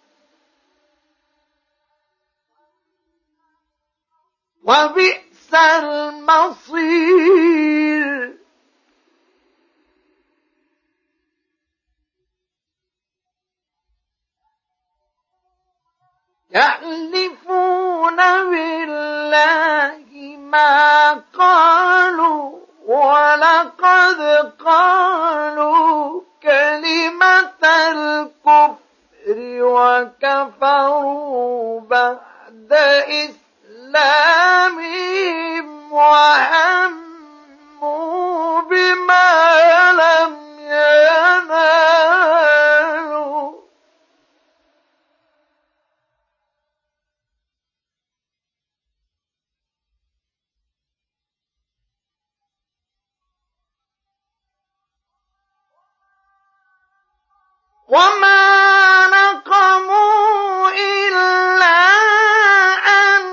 وبئس المصير. يحلفون بالله ما قالوا ولقد قالوا كلمة الكفر وكفروا بعد إسلامهم وهموا بما لم ينالوا وما نقموا إلا أن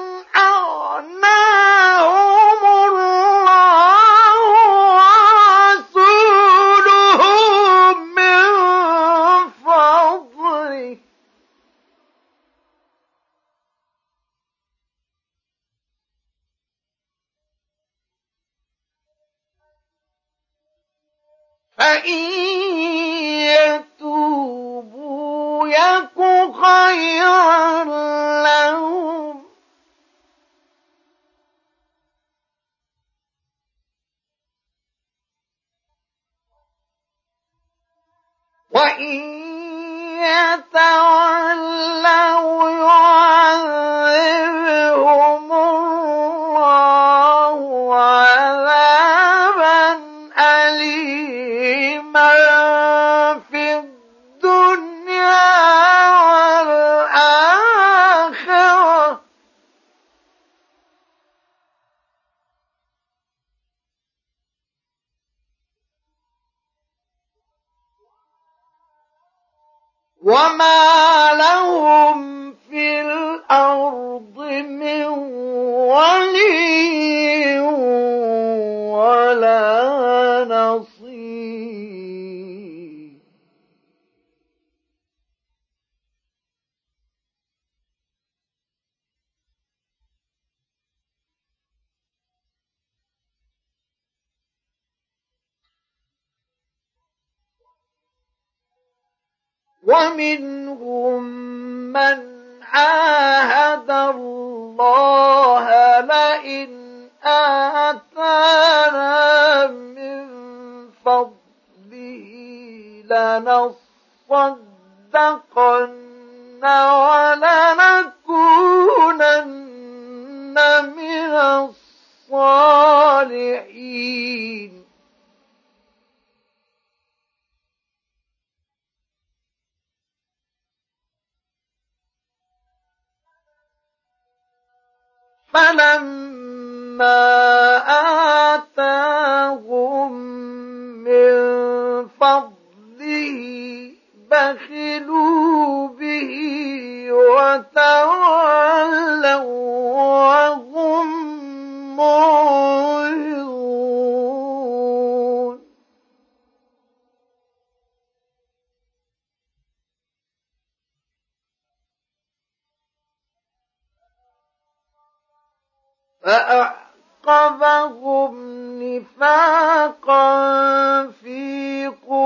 أغناهم الله ورسوله من فضله فإن يتوبوا يك خيرا لهم وإن يتولوا يعذبهم الله عذابا أليما في الدنيا والآخرة وما لهم في الأرض من ولي ولا نصير. ومنهم من عاهد الله لئن آتانا من فضله لنصدقن ولنكونن من الصالحين. فلما آتاهم من فضله بخلوا به وتولوا وهم معرضون. فأعقبهم نفاقا في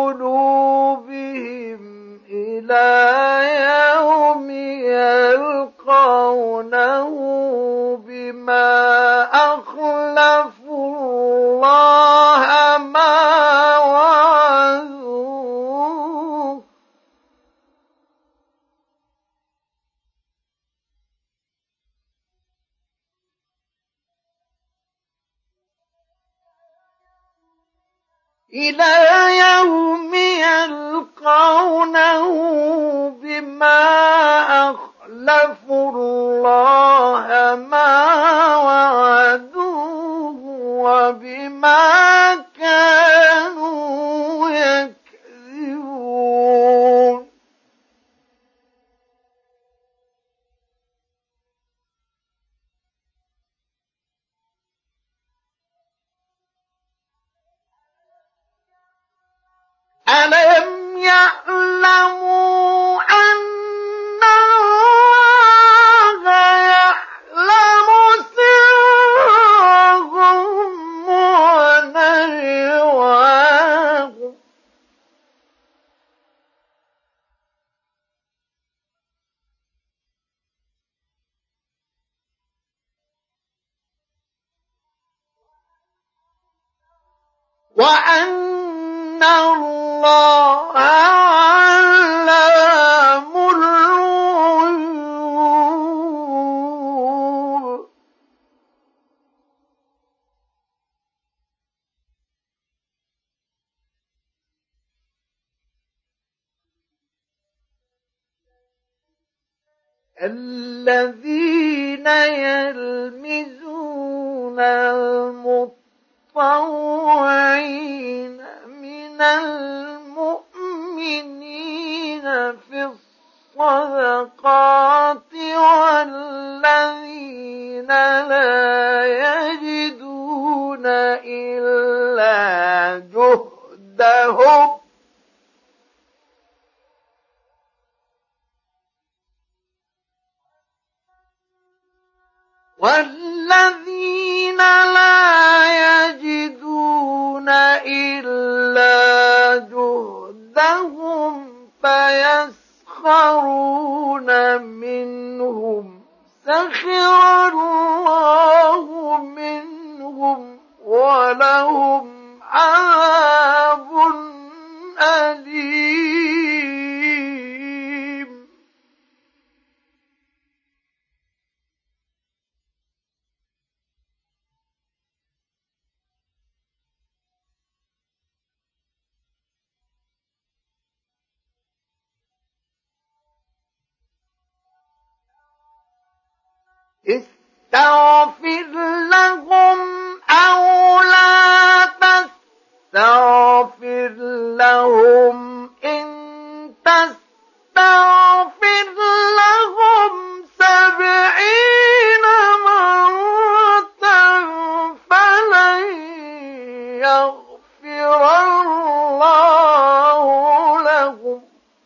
قلوبهم إلى يوم يلقونه بما أخلفوا الله ما وعدوه إلى يوم يلقونه بما أخلفوا الله ما وعدوه وبما كانوا يكذبون ألم يعلموا أن الله يعلم سرهم ونجواهم وأن الله علام الغيوب الذين يلمزون المطوعين من المؤمنين في الصدقات والذين لا يجدون إلا جهدهم والذين لا يجدون إلا جهدهم فيسخرون منهم سخر الله منهم ولهم عذاب أليم استغفر لهم أو لا تستغفر لهم إن تستغفر لهم 70 مرة فلن يغفر الله لهم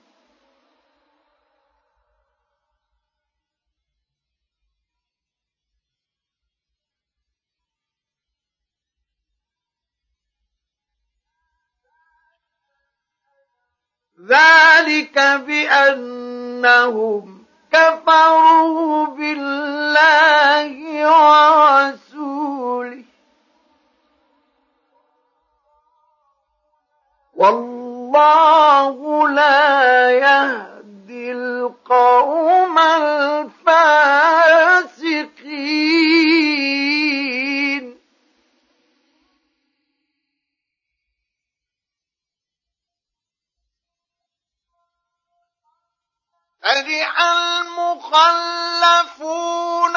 ذلك بأنهم كفروا بالله ورسوله والله لا يهدي القوم الفاسقين فرح المخلفون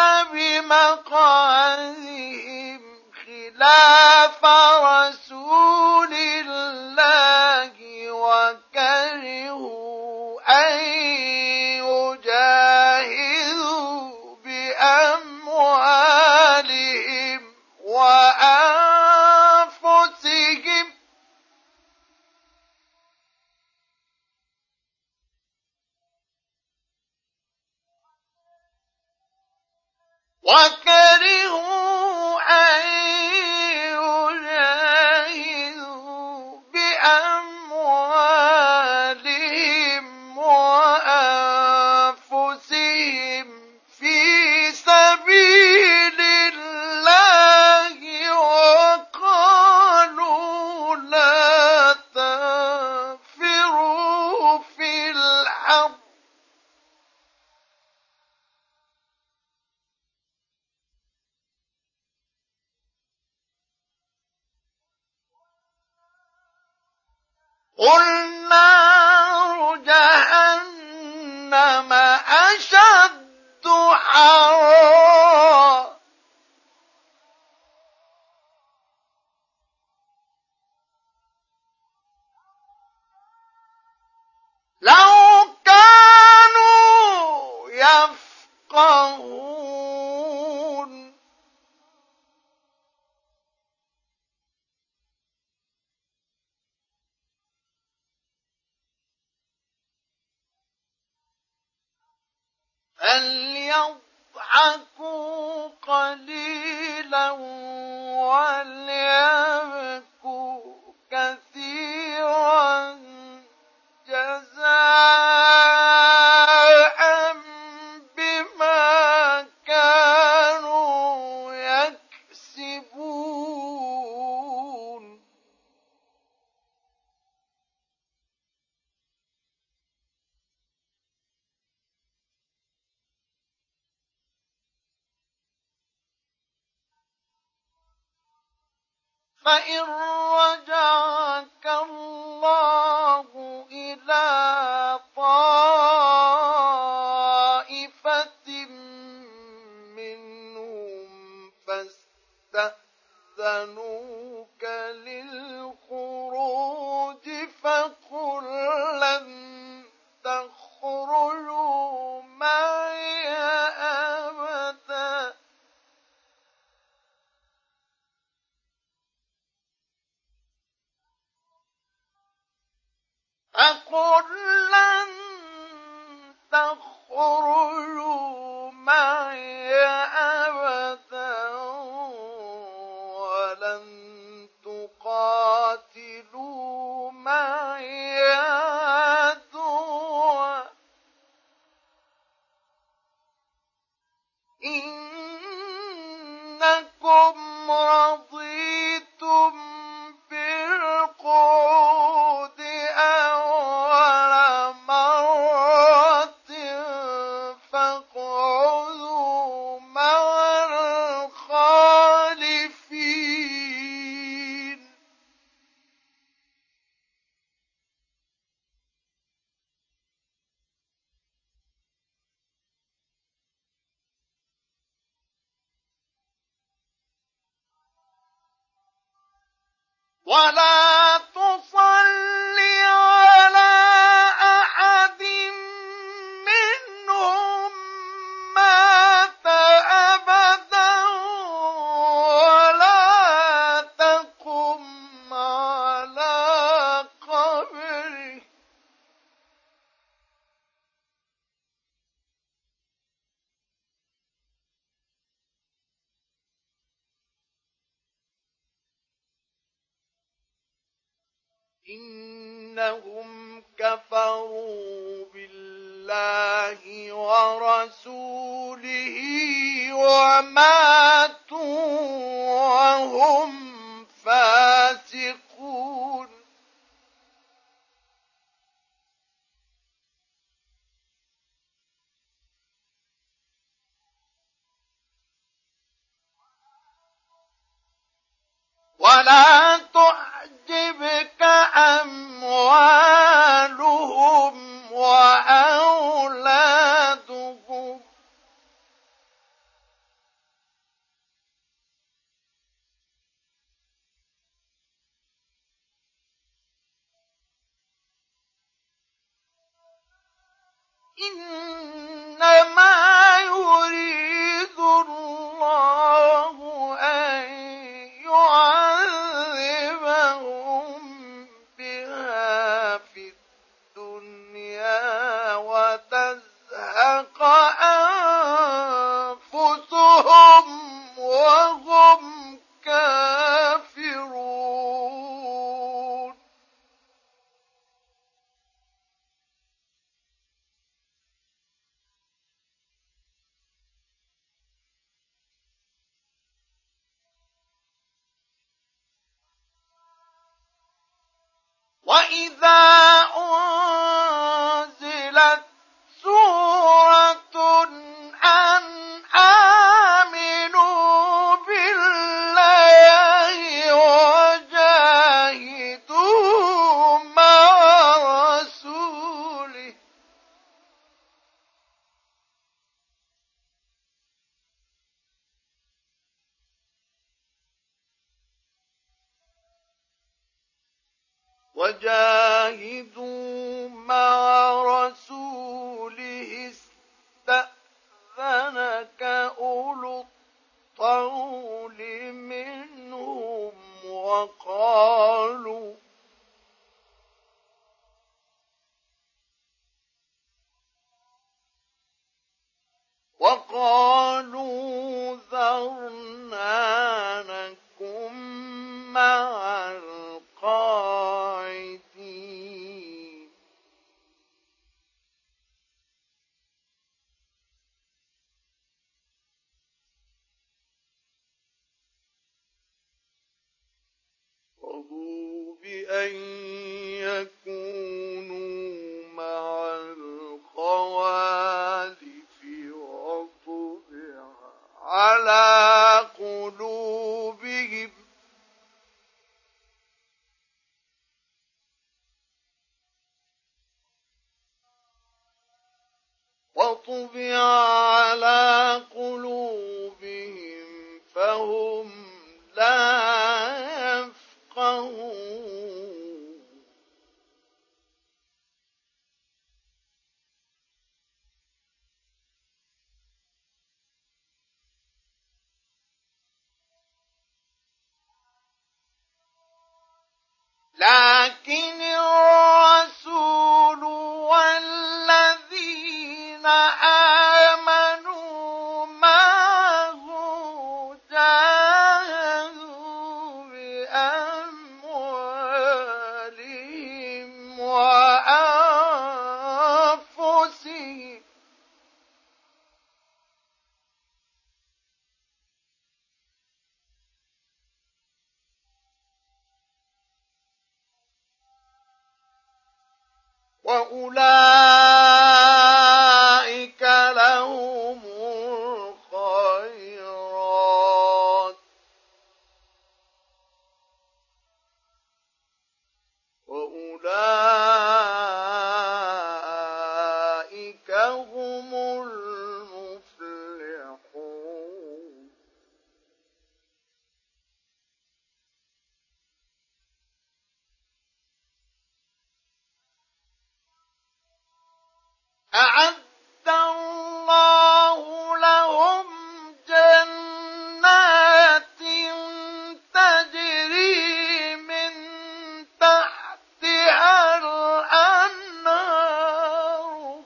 بمقعدهم خلاف رسول الله وكرهوا أن يجاهدوا بأموالهم وأنفسهم وكرهوا قُلْ نَارُ جَهَنَّمَ أَشَدُّ حَرًّا لَوْ كَانُوا يَفْقَهُونَ فَلْيَضْحَكُوا قَلِيلًا وَلْيَبْكُوا كَثِيرًا جَزَاءً بِمَا كَانُوا يَكْسِبُونَ فَإِن رَّجَعَكَ اللَّهُ إِلَىٰ طَائِفَةٍ مِّنْهُمْ فَاسْتَأْذَنُوكَ لِلْخُرُوجِ فَقُل لَّن تَخْرُجُوا مَعِيَ أَبَدًا وَلَن تُقَاتِلُوا مَعِيَ عَدُوًّا ۖ إِنَّكُمْ رَضِيتُم بِالْقُعُودِ أَوَّلَ مَرَّةٍ فَاقْعُدُوا مَعَ الْخَالِفِينَ وَلَا تُصَلِّ عَلَىٰ أَحَدٍ مِّنْهُم مَّاتَ أَبَدًا وَلَا تَقُمْ عَلَىٰ قَبْرِهِ ۖ إِنَّهُمْ كَفَرُوا بِاللَّهِ وَرَسُولِهِ وَمَاتُوا وَهُمْ فَاسِقُونَ وَلَا تُعْجِبْكَ أَمْوَالُهُمْ وَأَوْلَادُهُمْ ۚ إِنَّمَا يُرِيدُ اللَّهُ أَن يُعَذِّبَهُم بِهَا فِي الدُّنْيَا وَتَزْهَقَ أَنفُسُهُمْ وَهُمْ كَافِرُونَ وَإِذَا أُنزِلَتْ سُورَةٌ أَنْ آمِنُوا بِاللَّهِ وَجَاهِدُوا مَعَ وجاهدوا مع رسوله استأذنك أولو الطول منهم وقالوا ذرنا نكن مع القاعدين رضوا بأن يكونوا مع الخوالف وطبع على قلوبهم فهم لا يفقهون لكن الرسول والذين آمنوا معه جاهدوا بأموالهم وأنفسهم وأولئك لهم الخيرات وأولئك هم المفلحون أعد الله لهم جنات تجري من تحتها الأنهار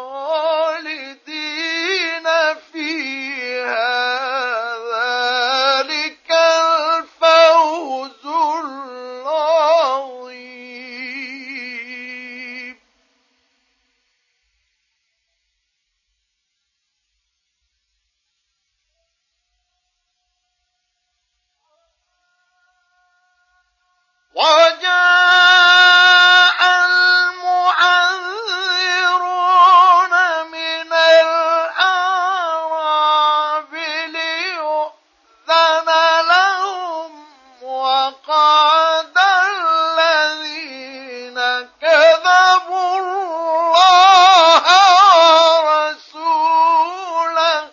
خالدين فيها ذلك الفوز العظيم وجاء المعذرون من الأعراب ليؤذن لهم وقعد الذين كذبوا الله ورسوله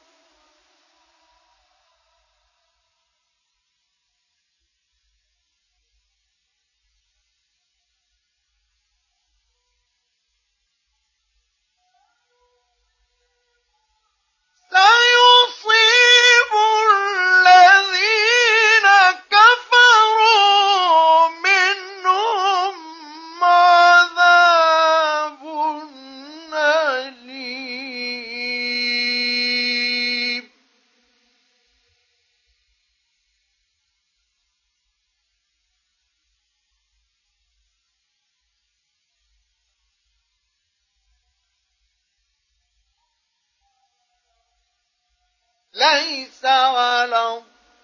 سيصيب الذين كفروا منهم عذاب أليم ليس على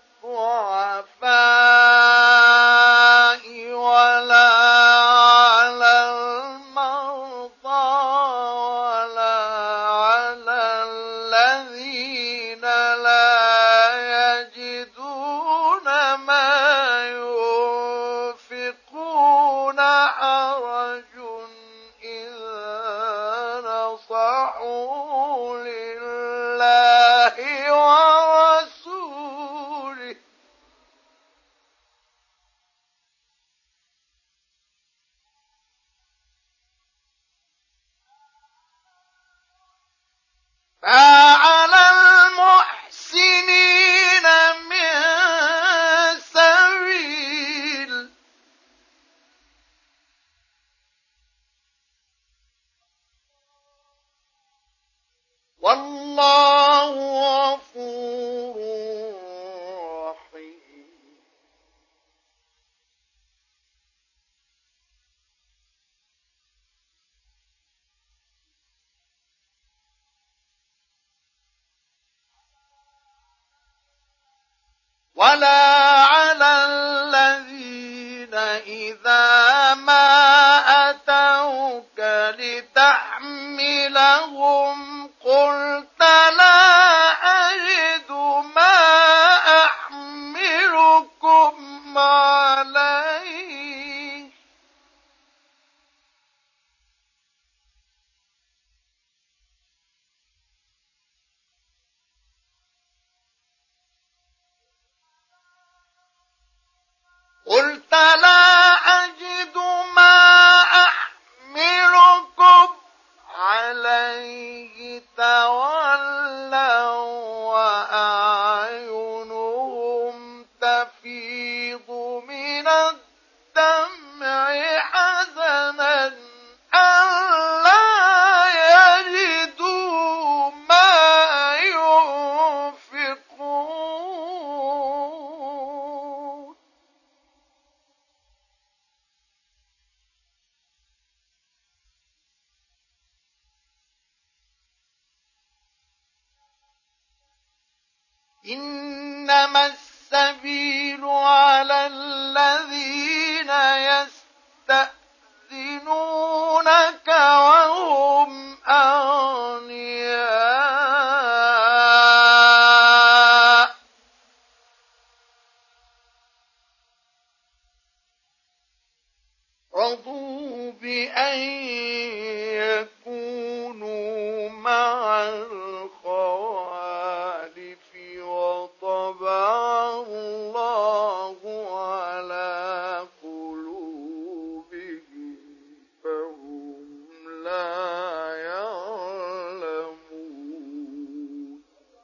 الضعفاء ولا على المرضى ولا على الذين لا يجدون ما ينفقون حرج إذا نصحوا لله ورسوله ولا على الذين إذا ما أتوك لتحملهم قلت لا أجد ما أحملكم عليه قلت لا أجد ما أحملكم عليه تولوا وأعينهم تفيض من الدمع حزنا ألا يجدوا ما ينفقون إنما السبيل على الذين يستأذنونك وهم أغنياء رضوا بأن يكونوا مع الخوالف وطبع الله على قلوبهم فهم لا يعلمون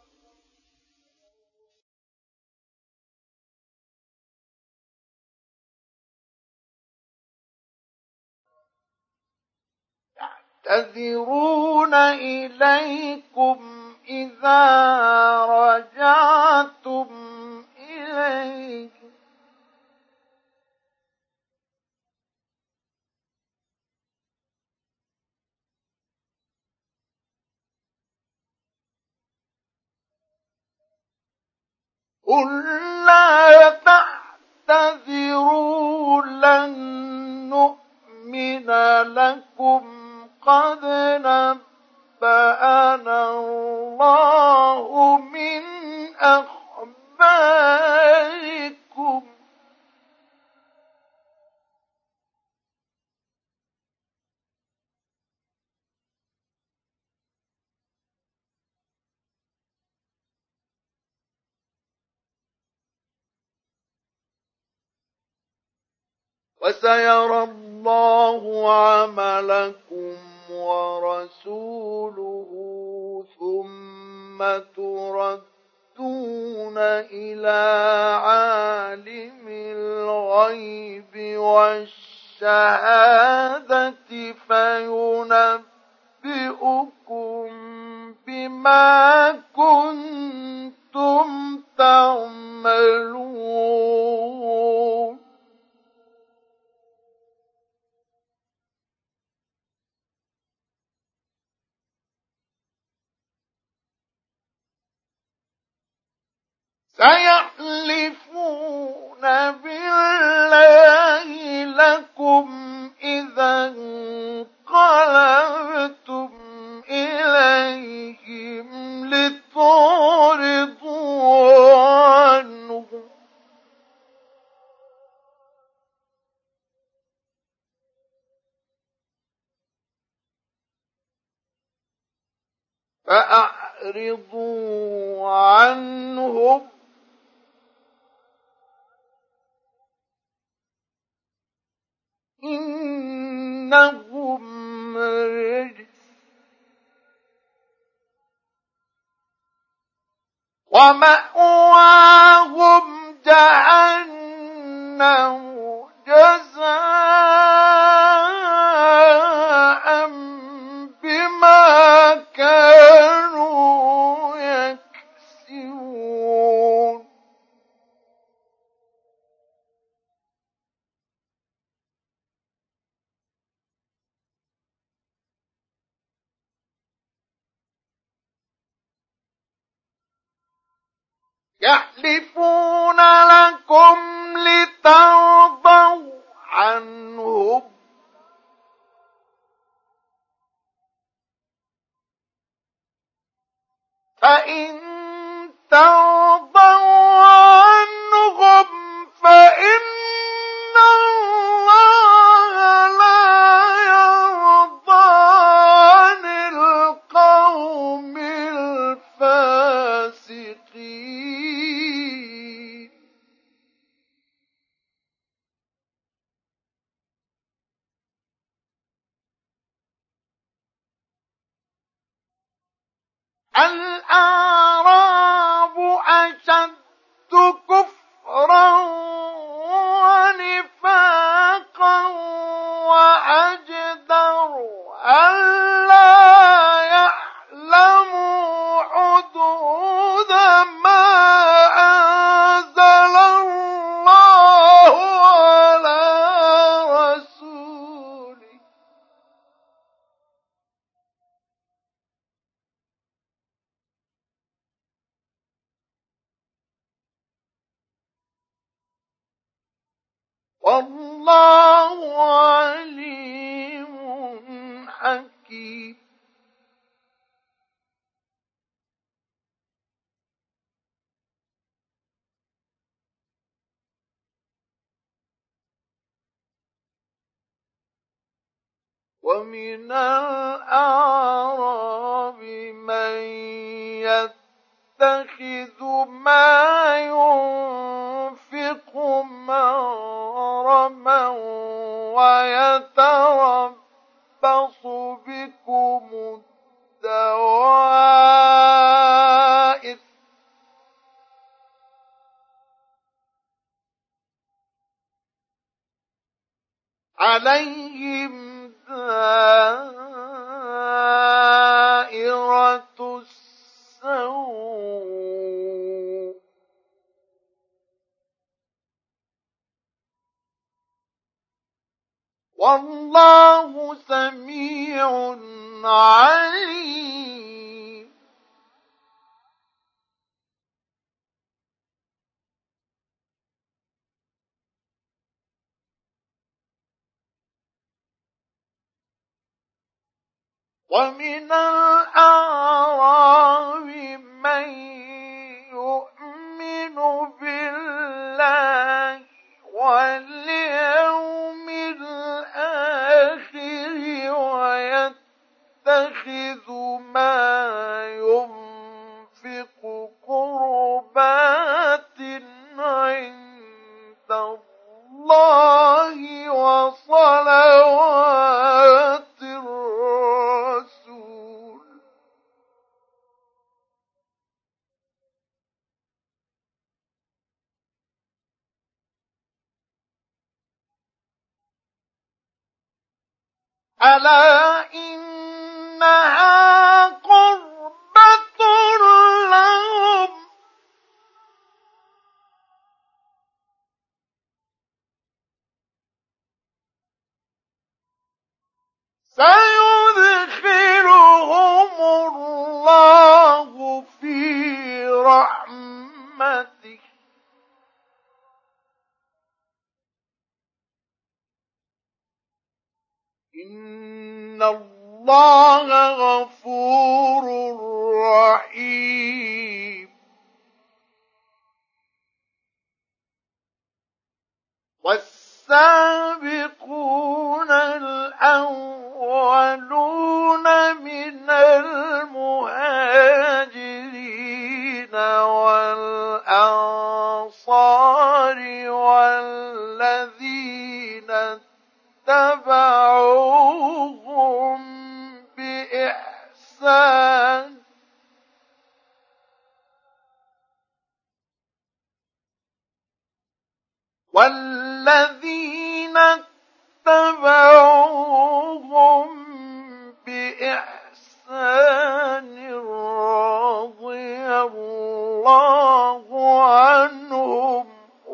يعتذرون إليكم إذا رجعتم إليهم قل لا تعتذروا لن نؤمن لكم قد نبأنا الله من أخباركم وسيرى الله عملكم ورسوله ثم تردون إلى عالم الغيب والشهادة فينبئكم بما كنتم تعملون سيحلفون بالله لكم إذا انقلبتم إليهم لتعرضوا عنهم فأعرضوا عنهم إنهم رجس ومأواهم جهنم جزاء بما كانوا يكسبون يحلفون لكم لترضوا عنهم فإن ترضوا عنهم فإن الله لا يرضى عن القوم الفاسقين. الأعراب أشد كفرا ونفاقا وأجدر ألا يعلموا حدود ما أنزل الله على رسوله. والله عليم حكيم. ومن الأعراب من يتخذ ما ينفق مغرما ويتربص بكم الدوائر عليهم دائرة السوء والله سميع عليم. ومن الأعراب من يؤمن بالله واليوم الآخر ويتخذ ما ينفق قربات عند الله وصلوات الرسول. ألا إنها قربة لهم سيدخلهم الله في رحمته إن الله غفور رحيم. والسابقون الأولون من المهاجرين والأنصار والذين اتبعوهم بإحسان والذين اتبعوهم بإحسان رضي الله عنهم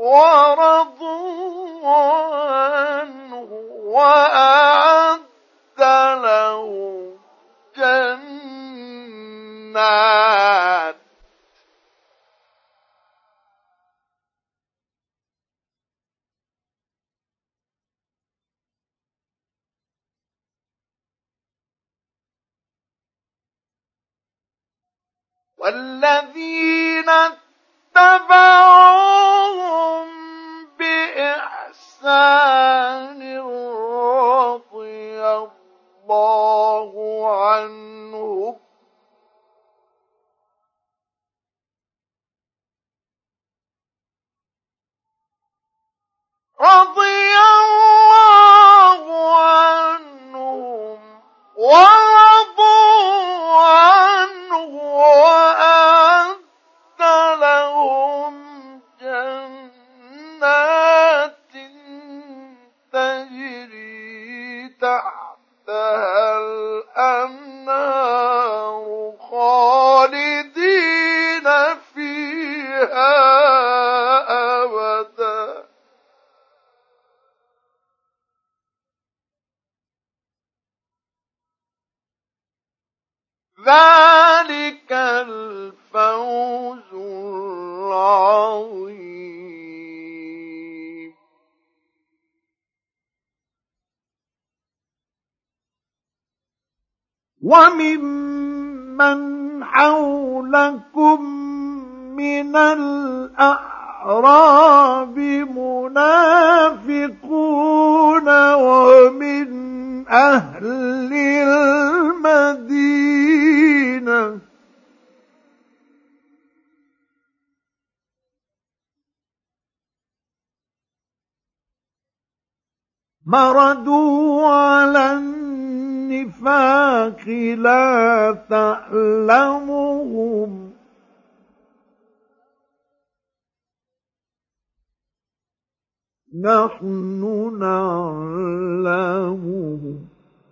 ورضوا عنه وأعد لهم جنات والذين اتبعوهم بإحسان رضي الله عنهم ورضوا عنه وأعد لهم جنات تجري تحتها الأنهار خالدين فيها أبدا ذلك الفوز العظيم. وممن حولكم من الأعراب منافقون ومن أهل المدينة مردوا على النفاق لا تعلمهم نحن نعلمهم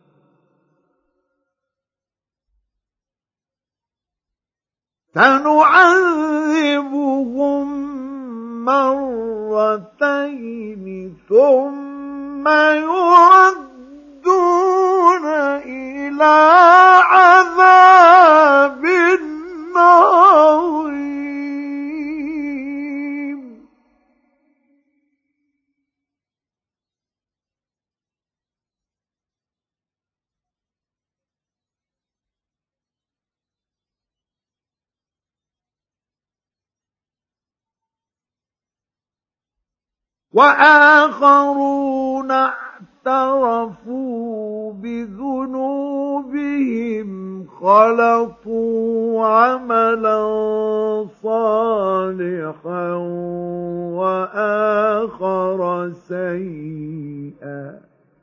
سنعذبهم مرتين ثم يردون إلى عذاب عظيم. وآخرون اعترفوا بذنوبهم خلطوا عملا صالحا وآخر سيئا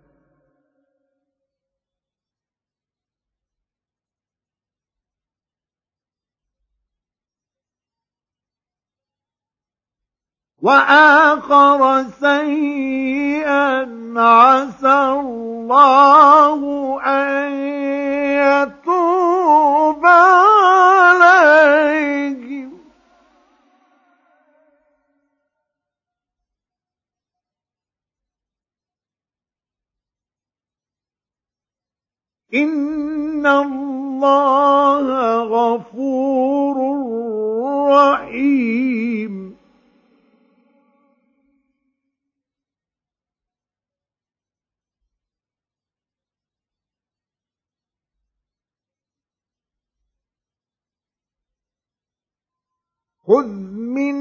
عسى الله أن يتوب عليهم إن الله غفور رحيم. خذ من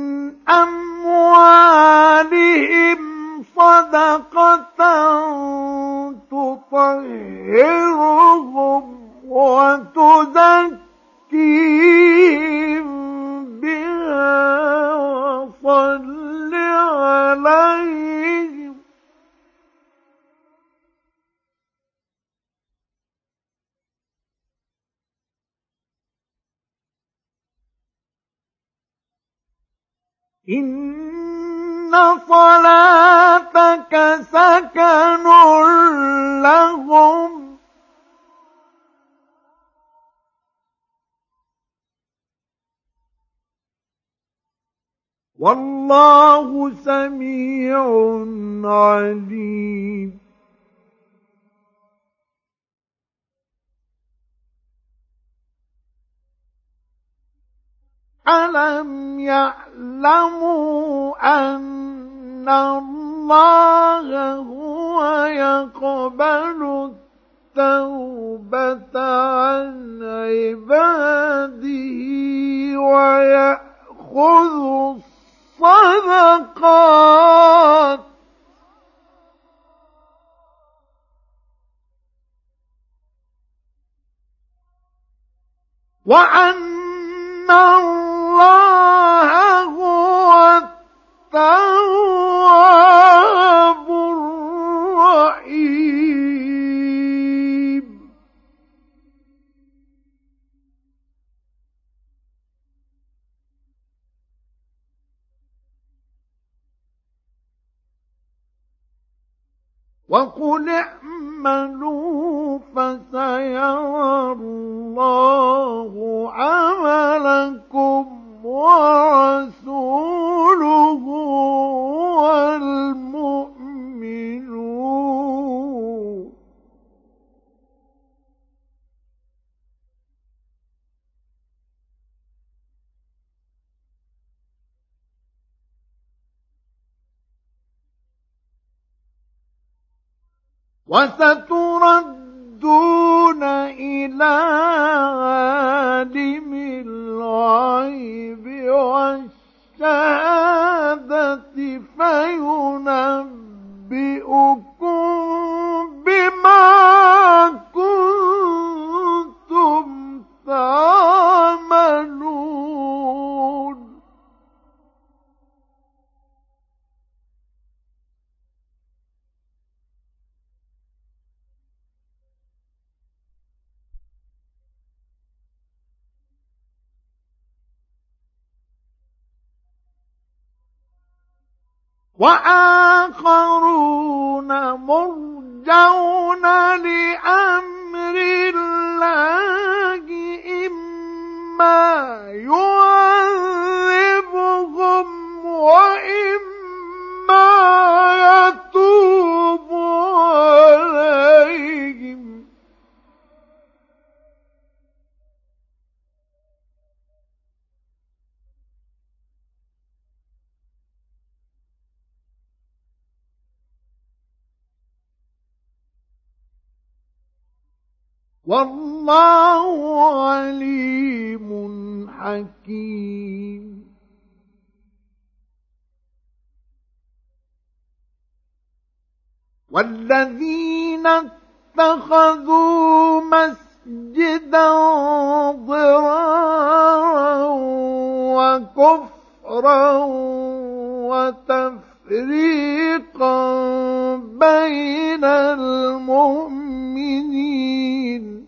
أموالهم صدقة تطهرهم وتزكيهم بها وصل عليهم إن صلاتك سكن لهم والله سميع عليم. ألم يعلموا أن الله هو يقبل التوبة عن عباده ويأخذ الصدقات وأن الله هو التواب الرحيم. وقل اعملوا فسيرى الله عملكم ورسوله والمؤمنون. وستردون إلى عالم الغيب والشهادة فينبئكم بما كنتم تعملون. وآخرون مرجون لأمر الله إما يعذبهم وإما يتوب عليهم. والله عليم حكيم. والذين اتخذوا مسجدا ضرارا وكفرا وتفريقا بين المؤمنين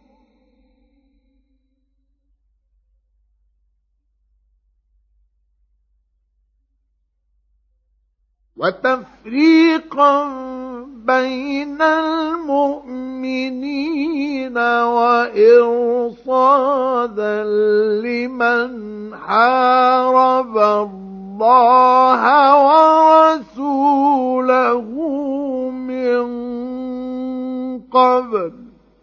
وإرصادا لمن حارب الله ورسوله من قبل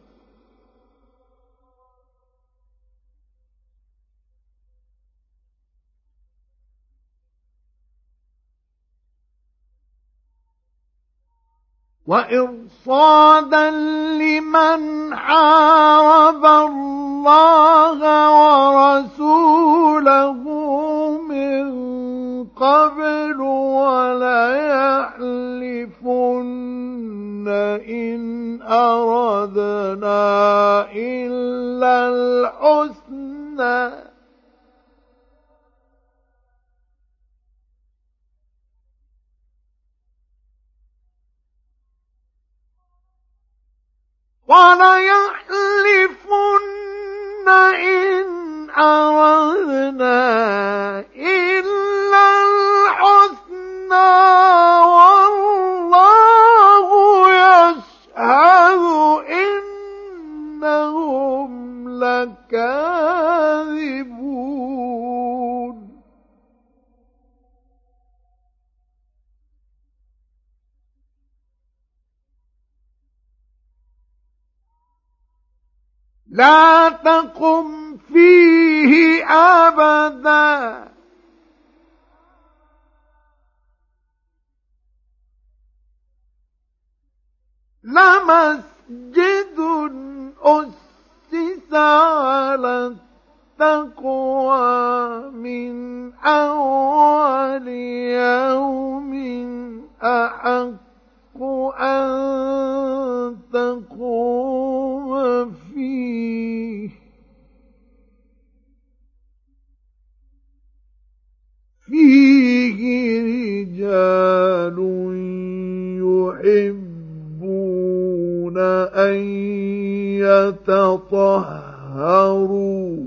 وليحلفن إن أردنا إلا الحسنى والله يشهد إنهم لكاذبون. لا تقم فيه أبدا لمسجد أسس على التقوى من أول يوم أحق أن تقوم فيه رجال يحبون أن يتطهروا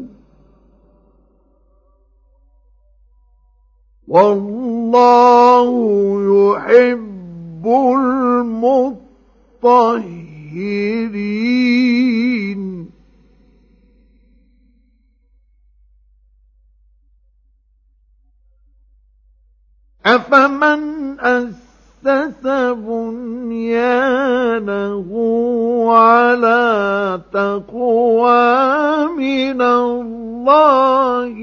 والله يحب المطهرين أفمن أسس بنيانه على تقوى من الله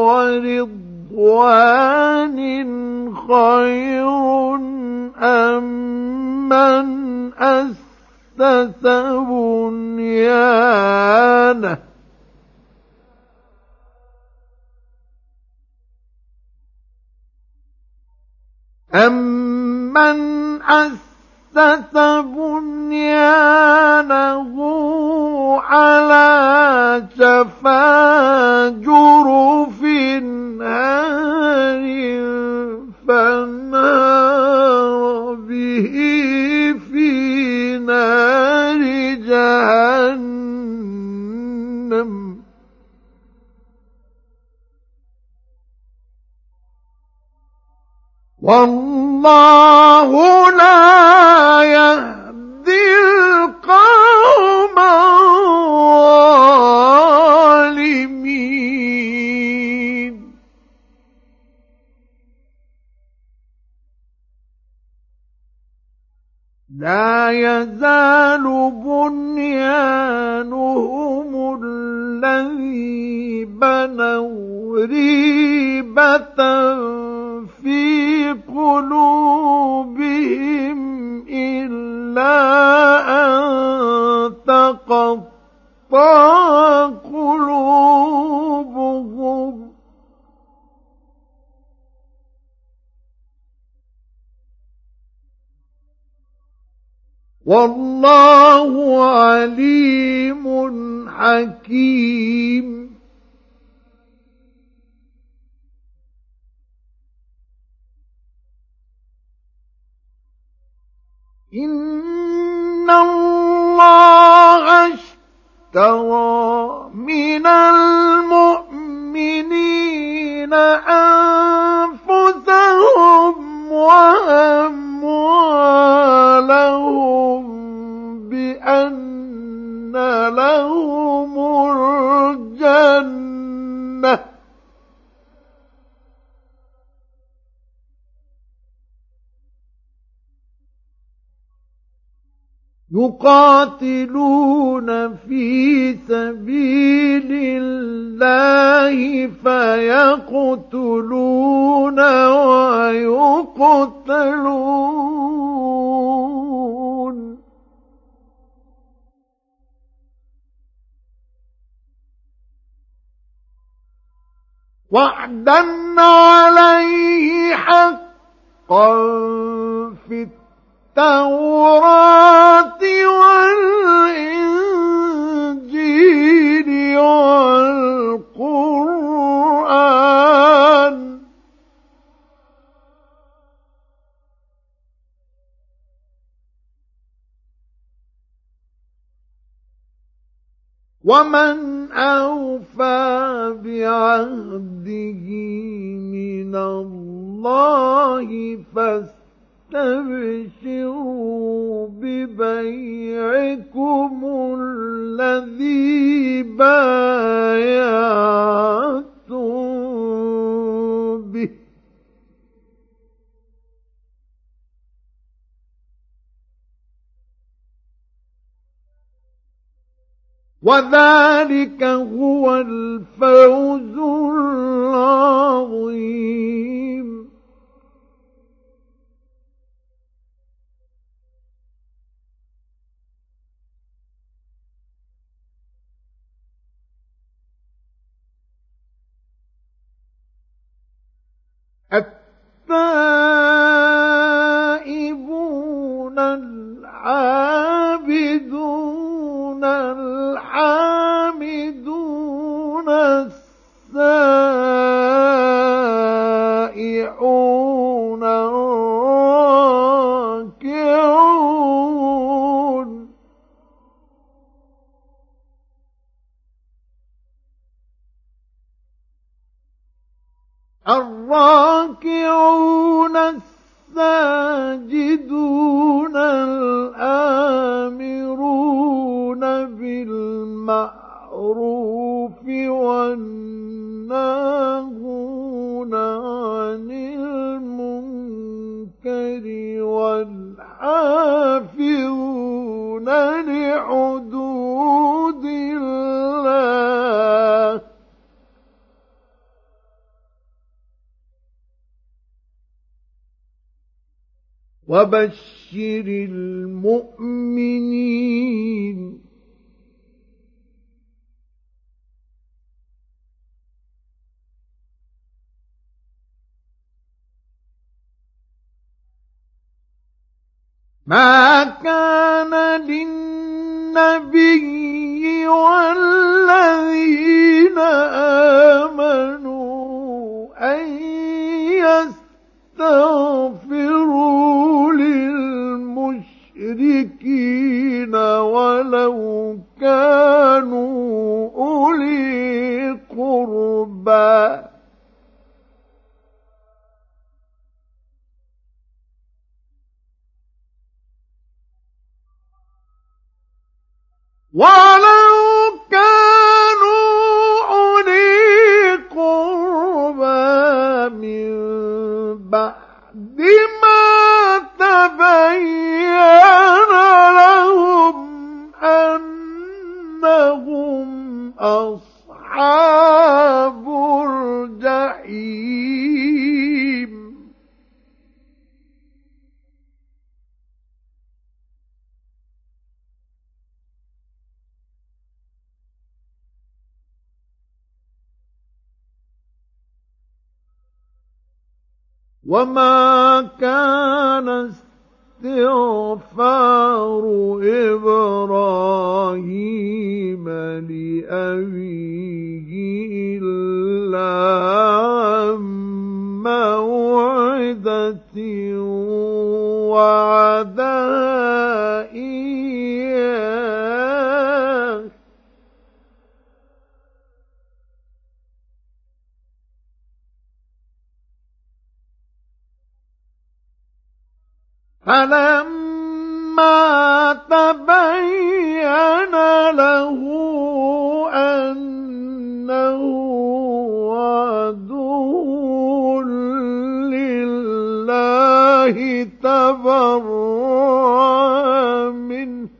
ورضوان خير أم من أسس بنيانه أَمَّنْ أَسَّسَ بُنْيَانَهُ عَلَى شَفَا جُرُفٍ هَارٍ فَانْهَارَ بِهِ فِي نَارِ جَهَنَّمَ والله لا يهدي القوم الظالمين لا يزال بنيانهم الذي بنوا ريبة في قلوبهم إلا أن تقطع قلوبهم والله عليم حكيم إن الله اشترى من المؤمنين أنفسهم وأموالهم بأن لهم الجنة يقاتلون في سبيل الله فيقتلون ويقتلون وعدا عليه حقا في التوراة والإنجيل والقرآن ومن أوفى بعهده من الله فاستبشروا ببيعكم الذي بايعتم به وذلك هو الفوز العظيم العابدون الحامدون السائحون الراكعون الساجدون الآمرون بالمعروف والناهون عن المنكر والحافظون لحدود الله وبشر المؤمنين ما كان للنبي والذين آمنوا أن يستغفروا للمشركين ولو كانوا أولي قربى ولو كانوا أولي قربى من بعد ما تبين لهم أنهم أصحاب الجحيم وما كان استغفار إبراهيم لأبيه إلا عن موعدة وعدها إياه فلما تبين له أنه عدو لله تبرأ منه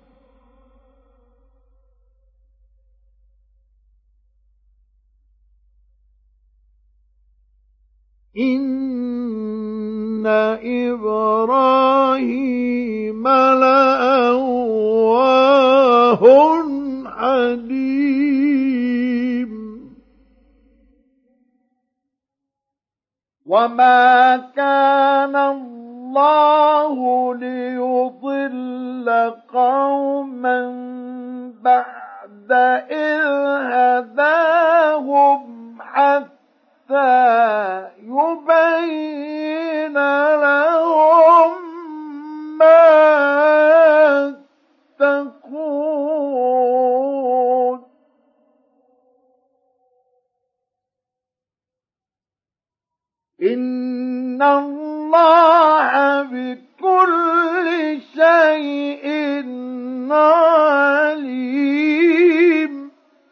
إن إبراهيم لأواه حليم وما كان الله ليضل قوما بعد إذ هداهم حتى يبين لهم ما يتقون إن الله بكل شيء عليم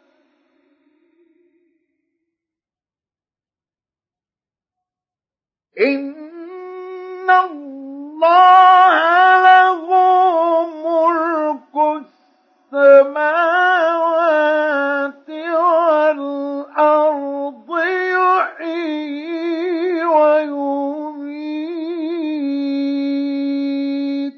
إن الله له ملك السماوات والأرض يحيي ويميت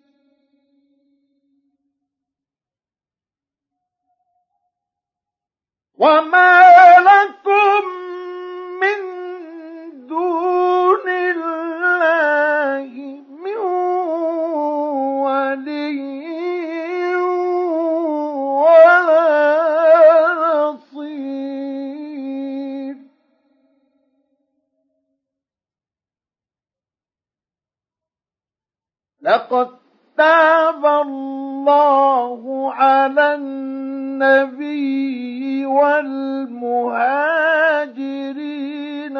وما لكم من دون الله من تاب الله على النبي والمهاجرين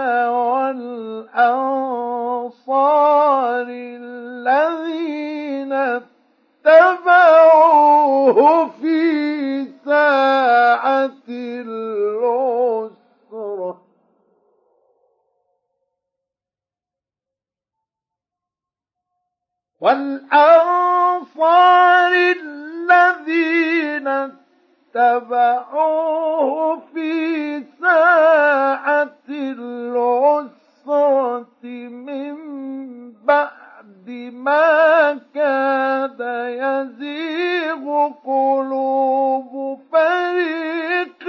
والأنصار الذين اتبعوه في ساعة العسرة والأنصار الذين اتبعوه في ساعة العسرة من بعد ما كاد يزيغ قلوب فريق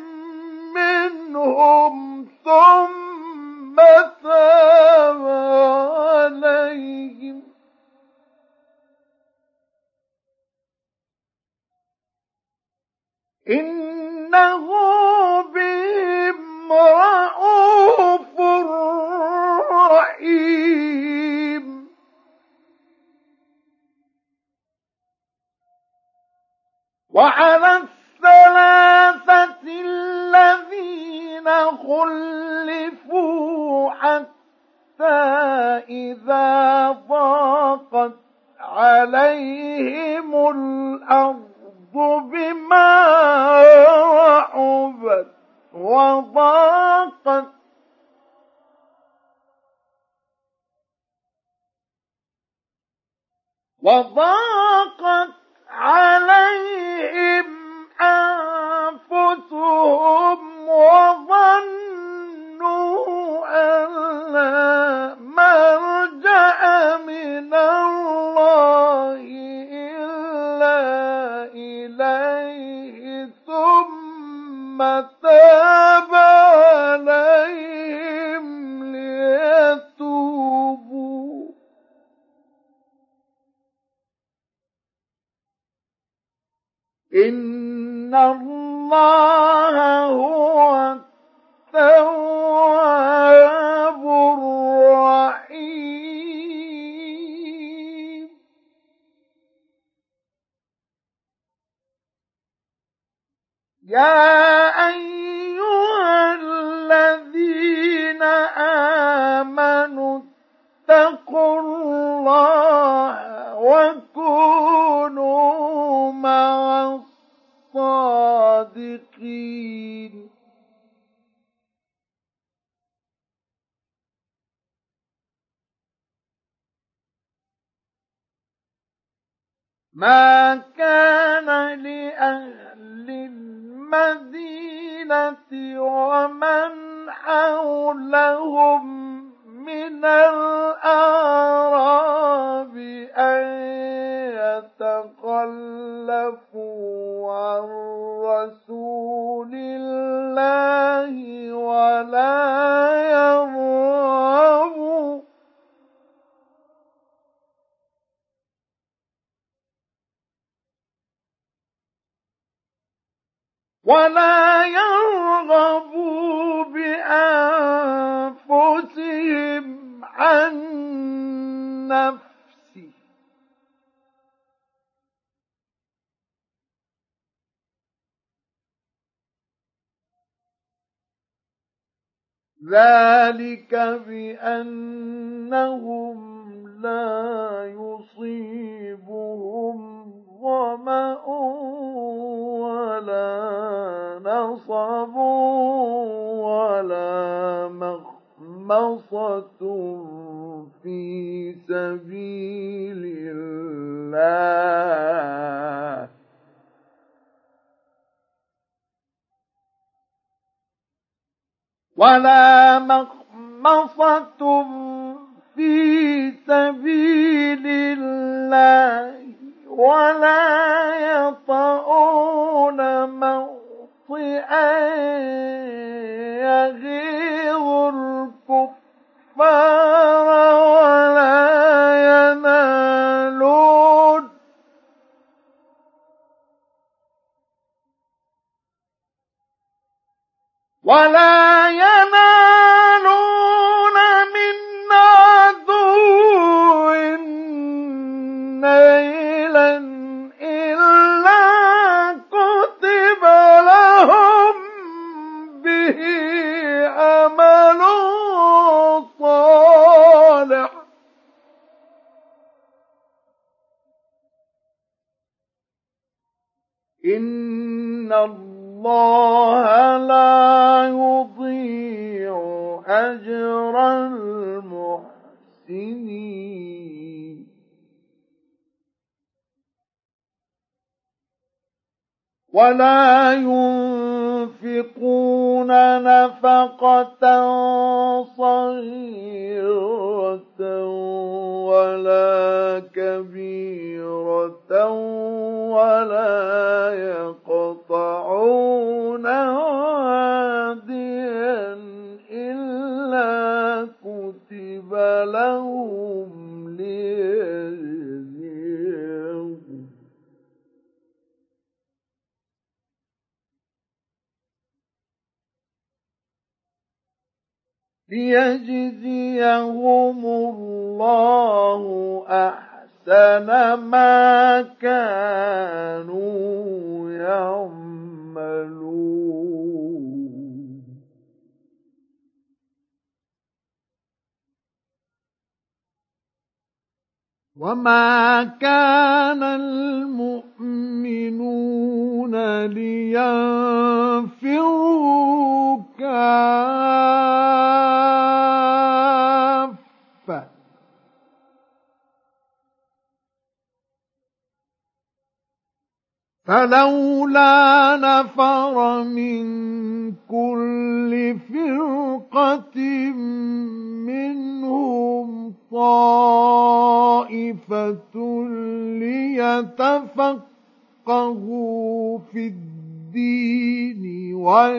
منهم ثم تاب عليهم إنه بهم رءوف رحيم وعلى الثلاثة الذين خلفوا حتى إذا ضاقت عليهم الأرض بما رحبت وضاقت عليهم أنفسهم وظنوا أن لا ملجأ من الله إلا إليه ثم تاب عليهم ليتوبوا إن الله هو التواب الرحيم يا أيها الذين آمنوا اتقوا الله وكونوا مع الصادقين ما كان لأهل المدينة ومن حولهم من الأعراب أن يتخلفوا عن رسول الله ولا يرغبوا بأنفسهم عن نفسه ذلك بأنهم لا يصيبهم ظمأ ولا نصب ولا مخمصة في سبيل الله ولا مخمصة في سبيل الله ولا يطؤون موطئا يغيظ الكفار ولا ينالون من عدو نيلا عملا إلا كتب لهم به عمل صالح إن الله لا يضيع أجر المحسنين ولا ينفقون نفقة صغيرة ولا كبيرة ولا يقطعون واديا إلا كتب لهم ليجزيهم الله أحسن ما كانوا يعملون وما كان المؤمنون لينفروا كافة فلولا نفر من كل فرقة منهم طائفة ليتفقهوا في الدين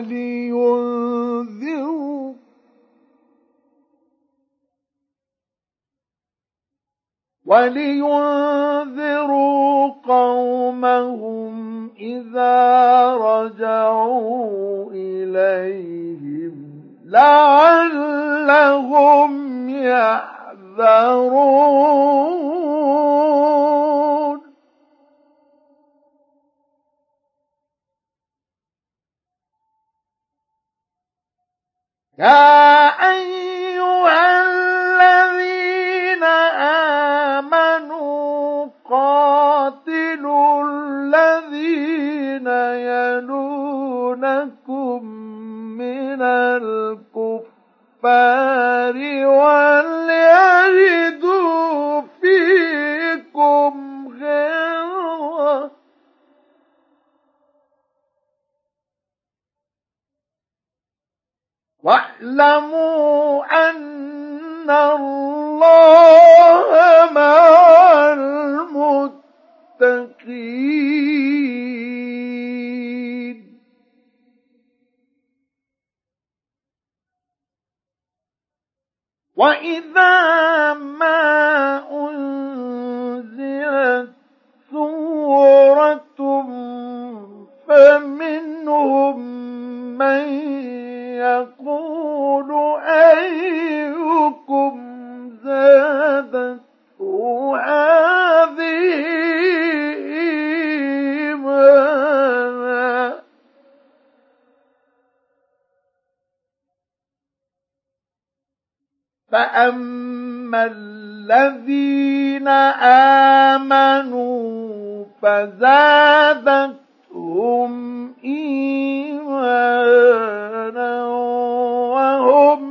ولينذروا قومهم إذا رجعوا إليهم لعلهم يحذرون يا أيها الذين آمنوا قاتلوا الذين يلونكم من الكفار وليجدوا فيكم غلظة واعلموا أن الله مع المتقين وإذا ما أنزلت سورة فمنهم من يقول أيكم زادته هذه إيمانا فأما الذين آمنوا فزادتهم إيمانا وهم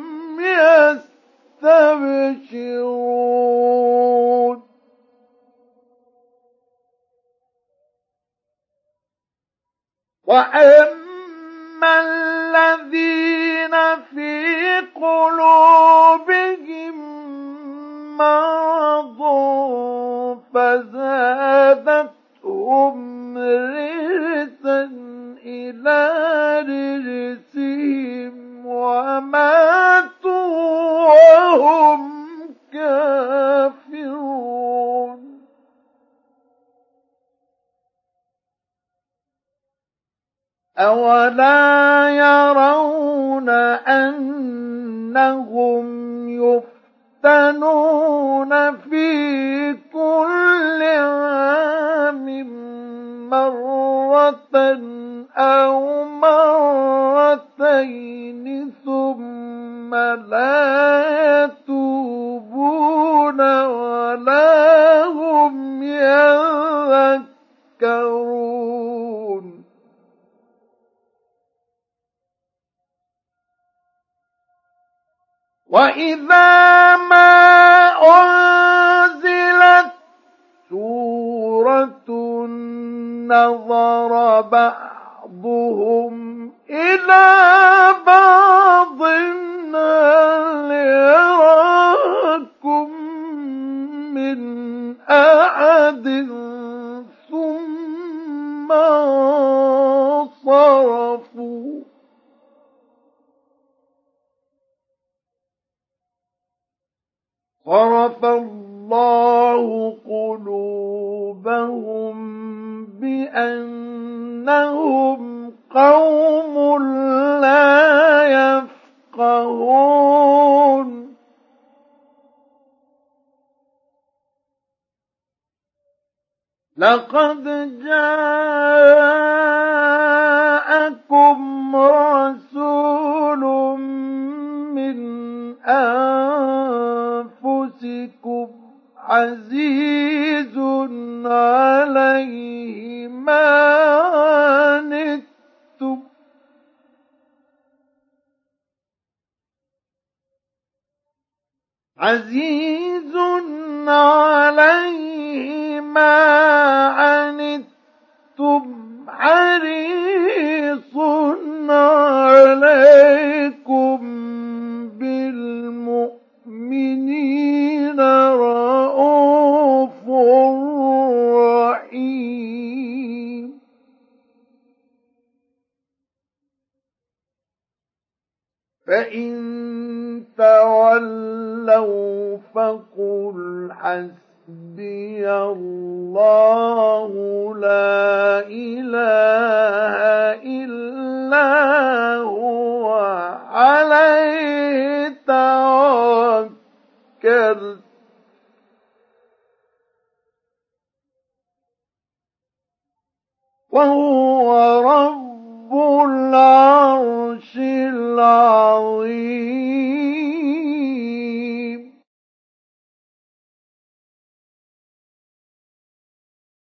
يستبشرون وأما الذين في قلوبهم مرض فزادتهم رجسا إلى رجسهم وماتوا وهم كافرون أولا يرون أنهم يفتنون في كل عام يتفكرون وإذا ما أنزلت سورة نظر بعضهم إلى بعض هل يراكم من أحد ثم انصرفوا صرف الله قلوبهم بأنهم قوم لا يفقهون لقد جاءكم رسول من أنفسكم عزيز عليه ما عنتم عزيز عليه ما عنتم حريص عليكم بالمؤمنين رءوف رحيم فإن تولوا فقل حسبي الله لا إله إلا هو عليه توكلت وهو رب العرش العظيم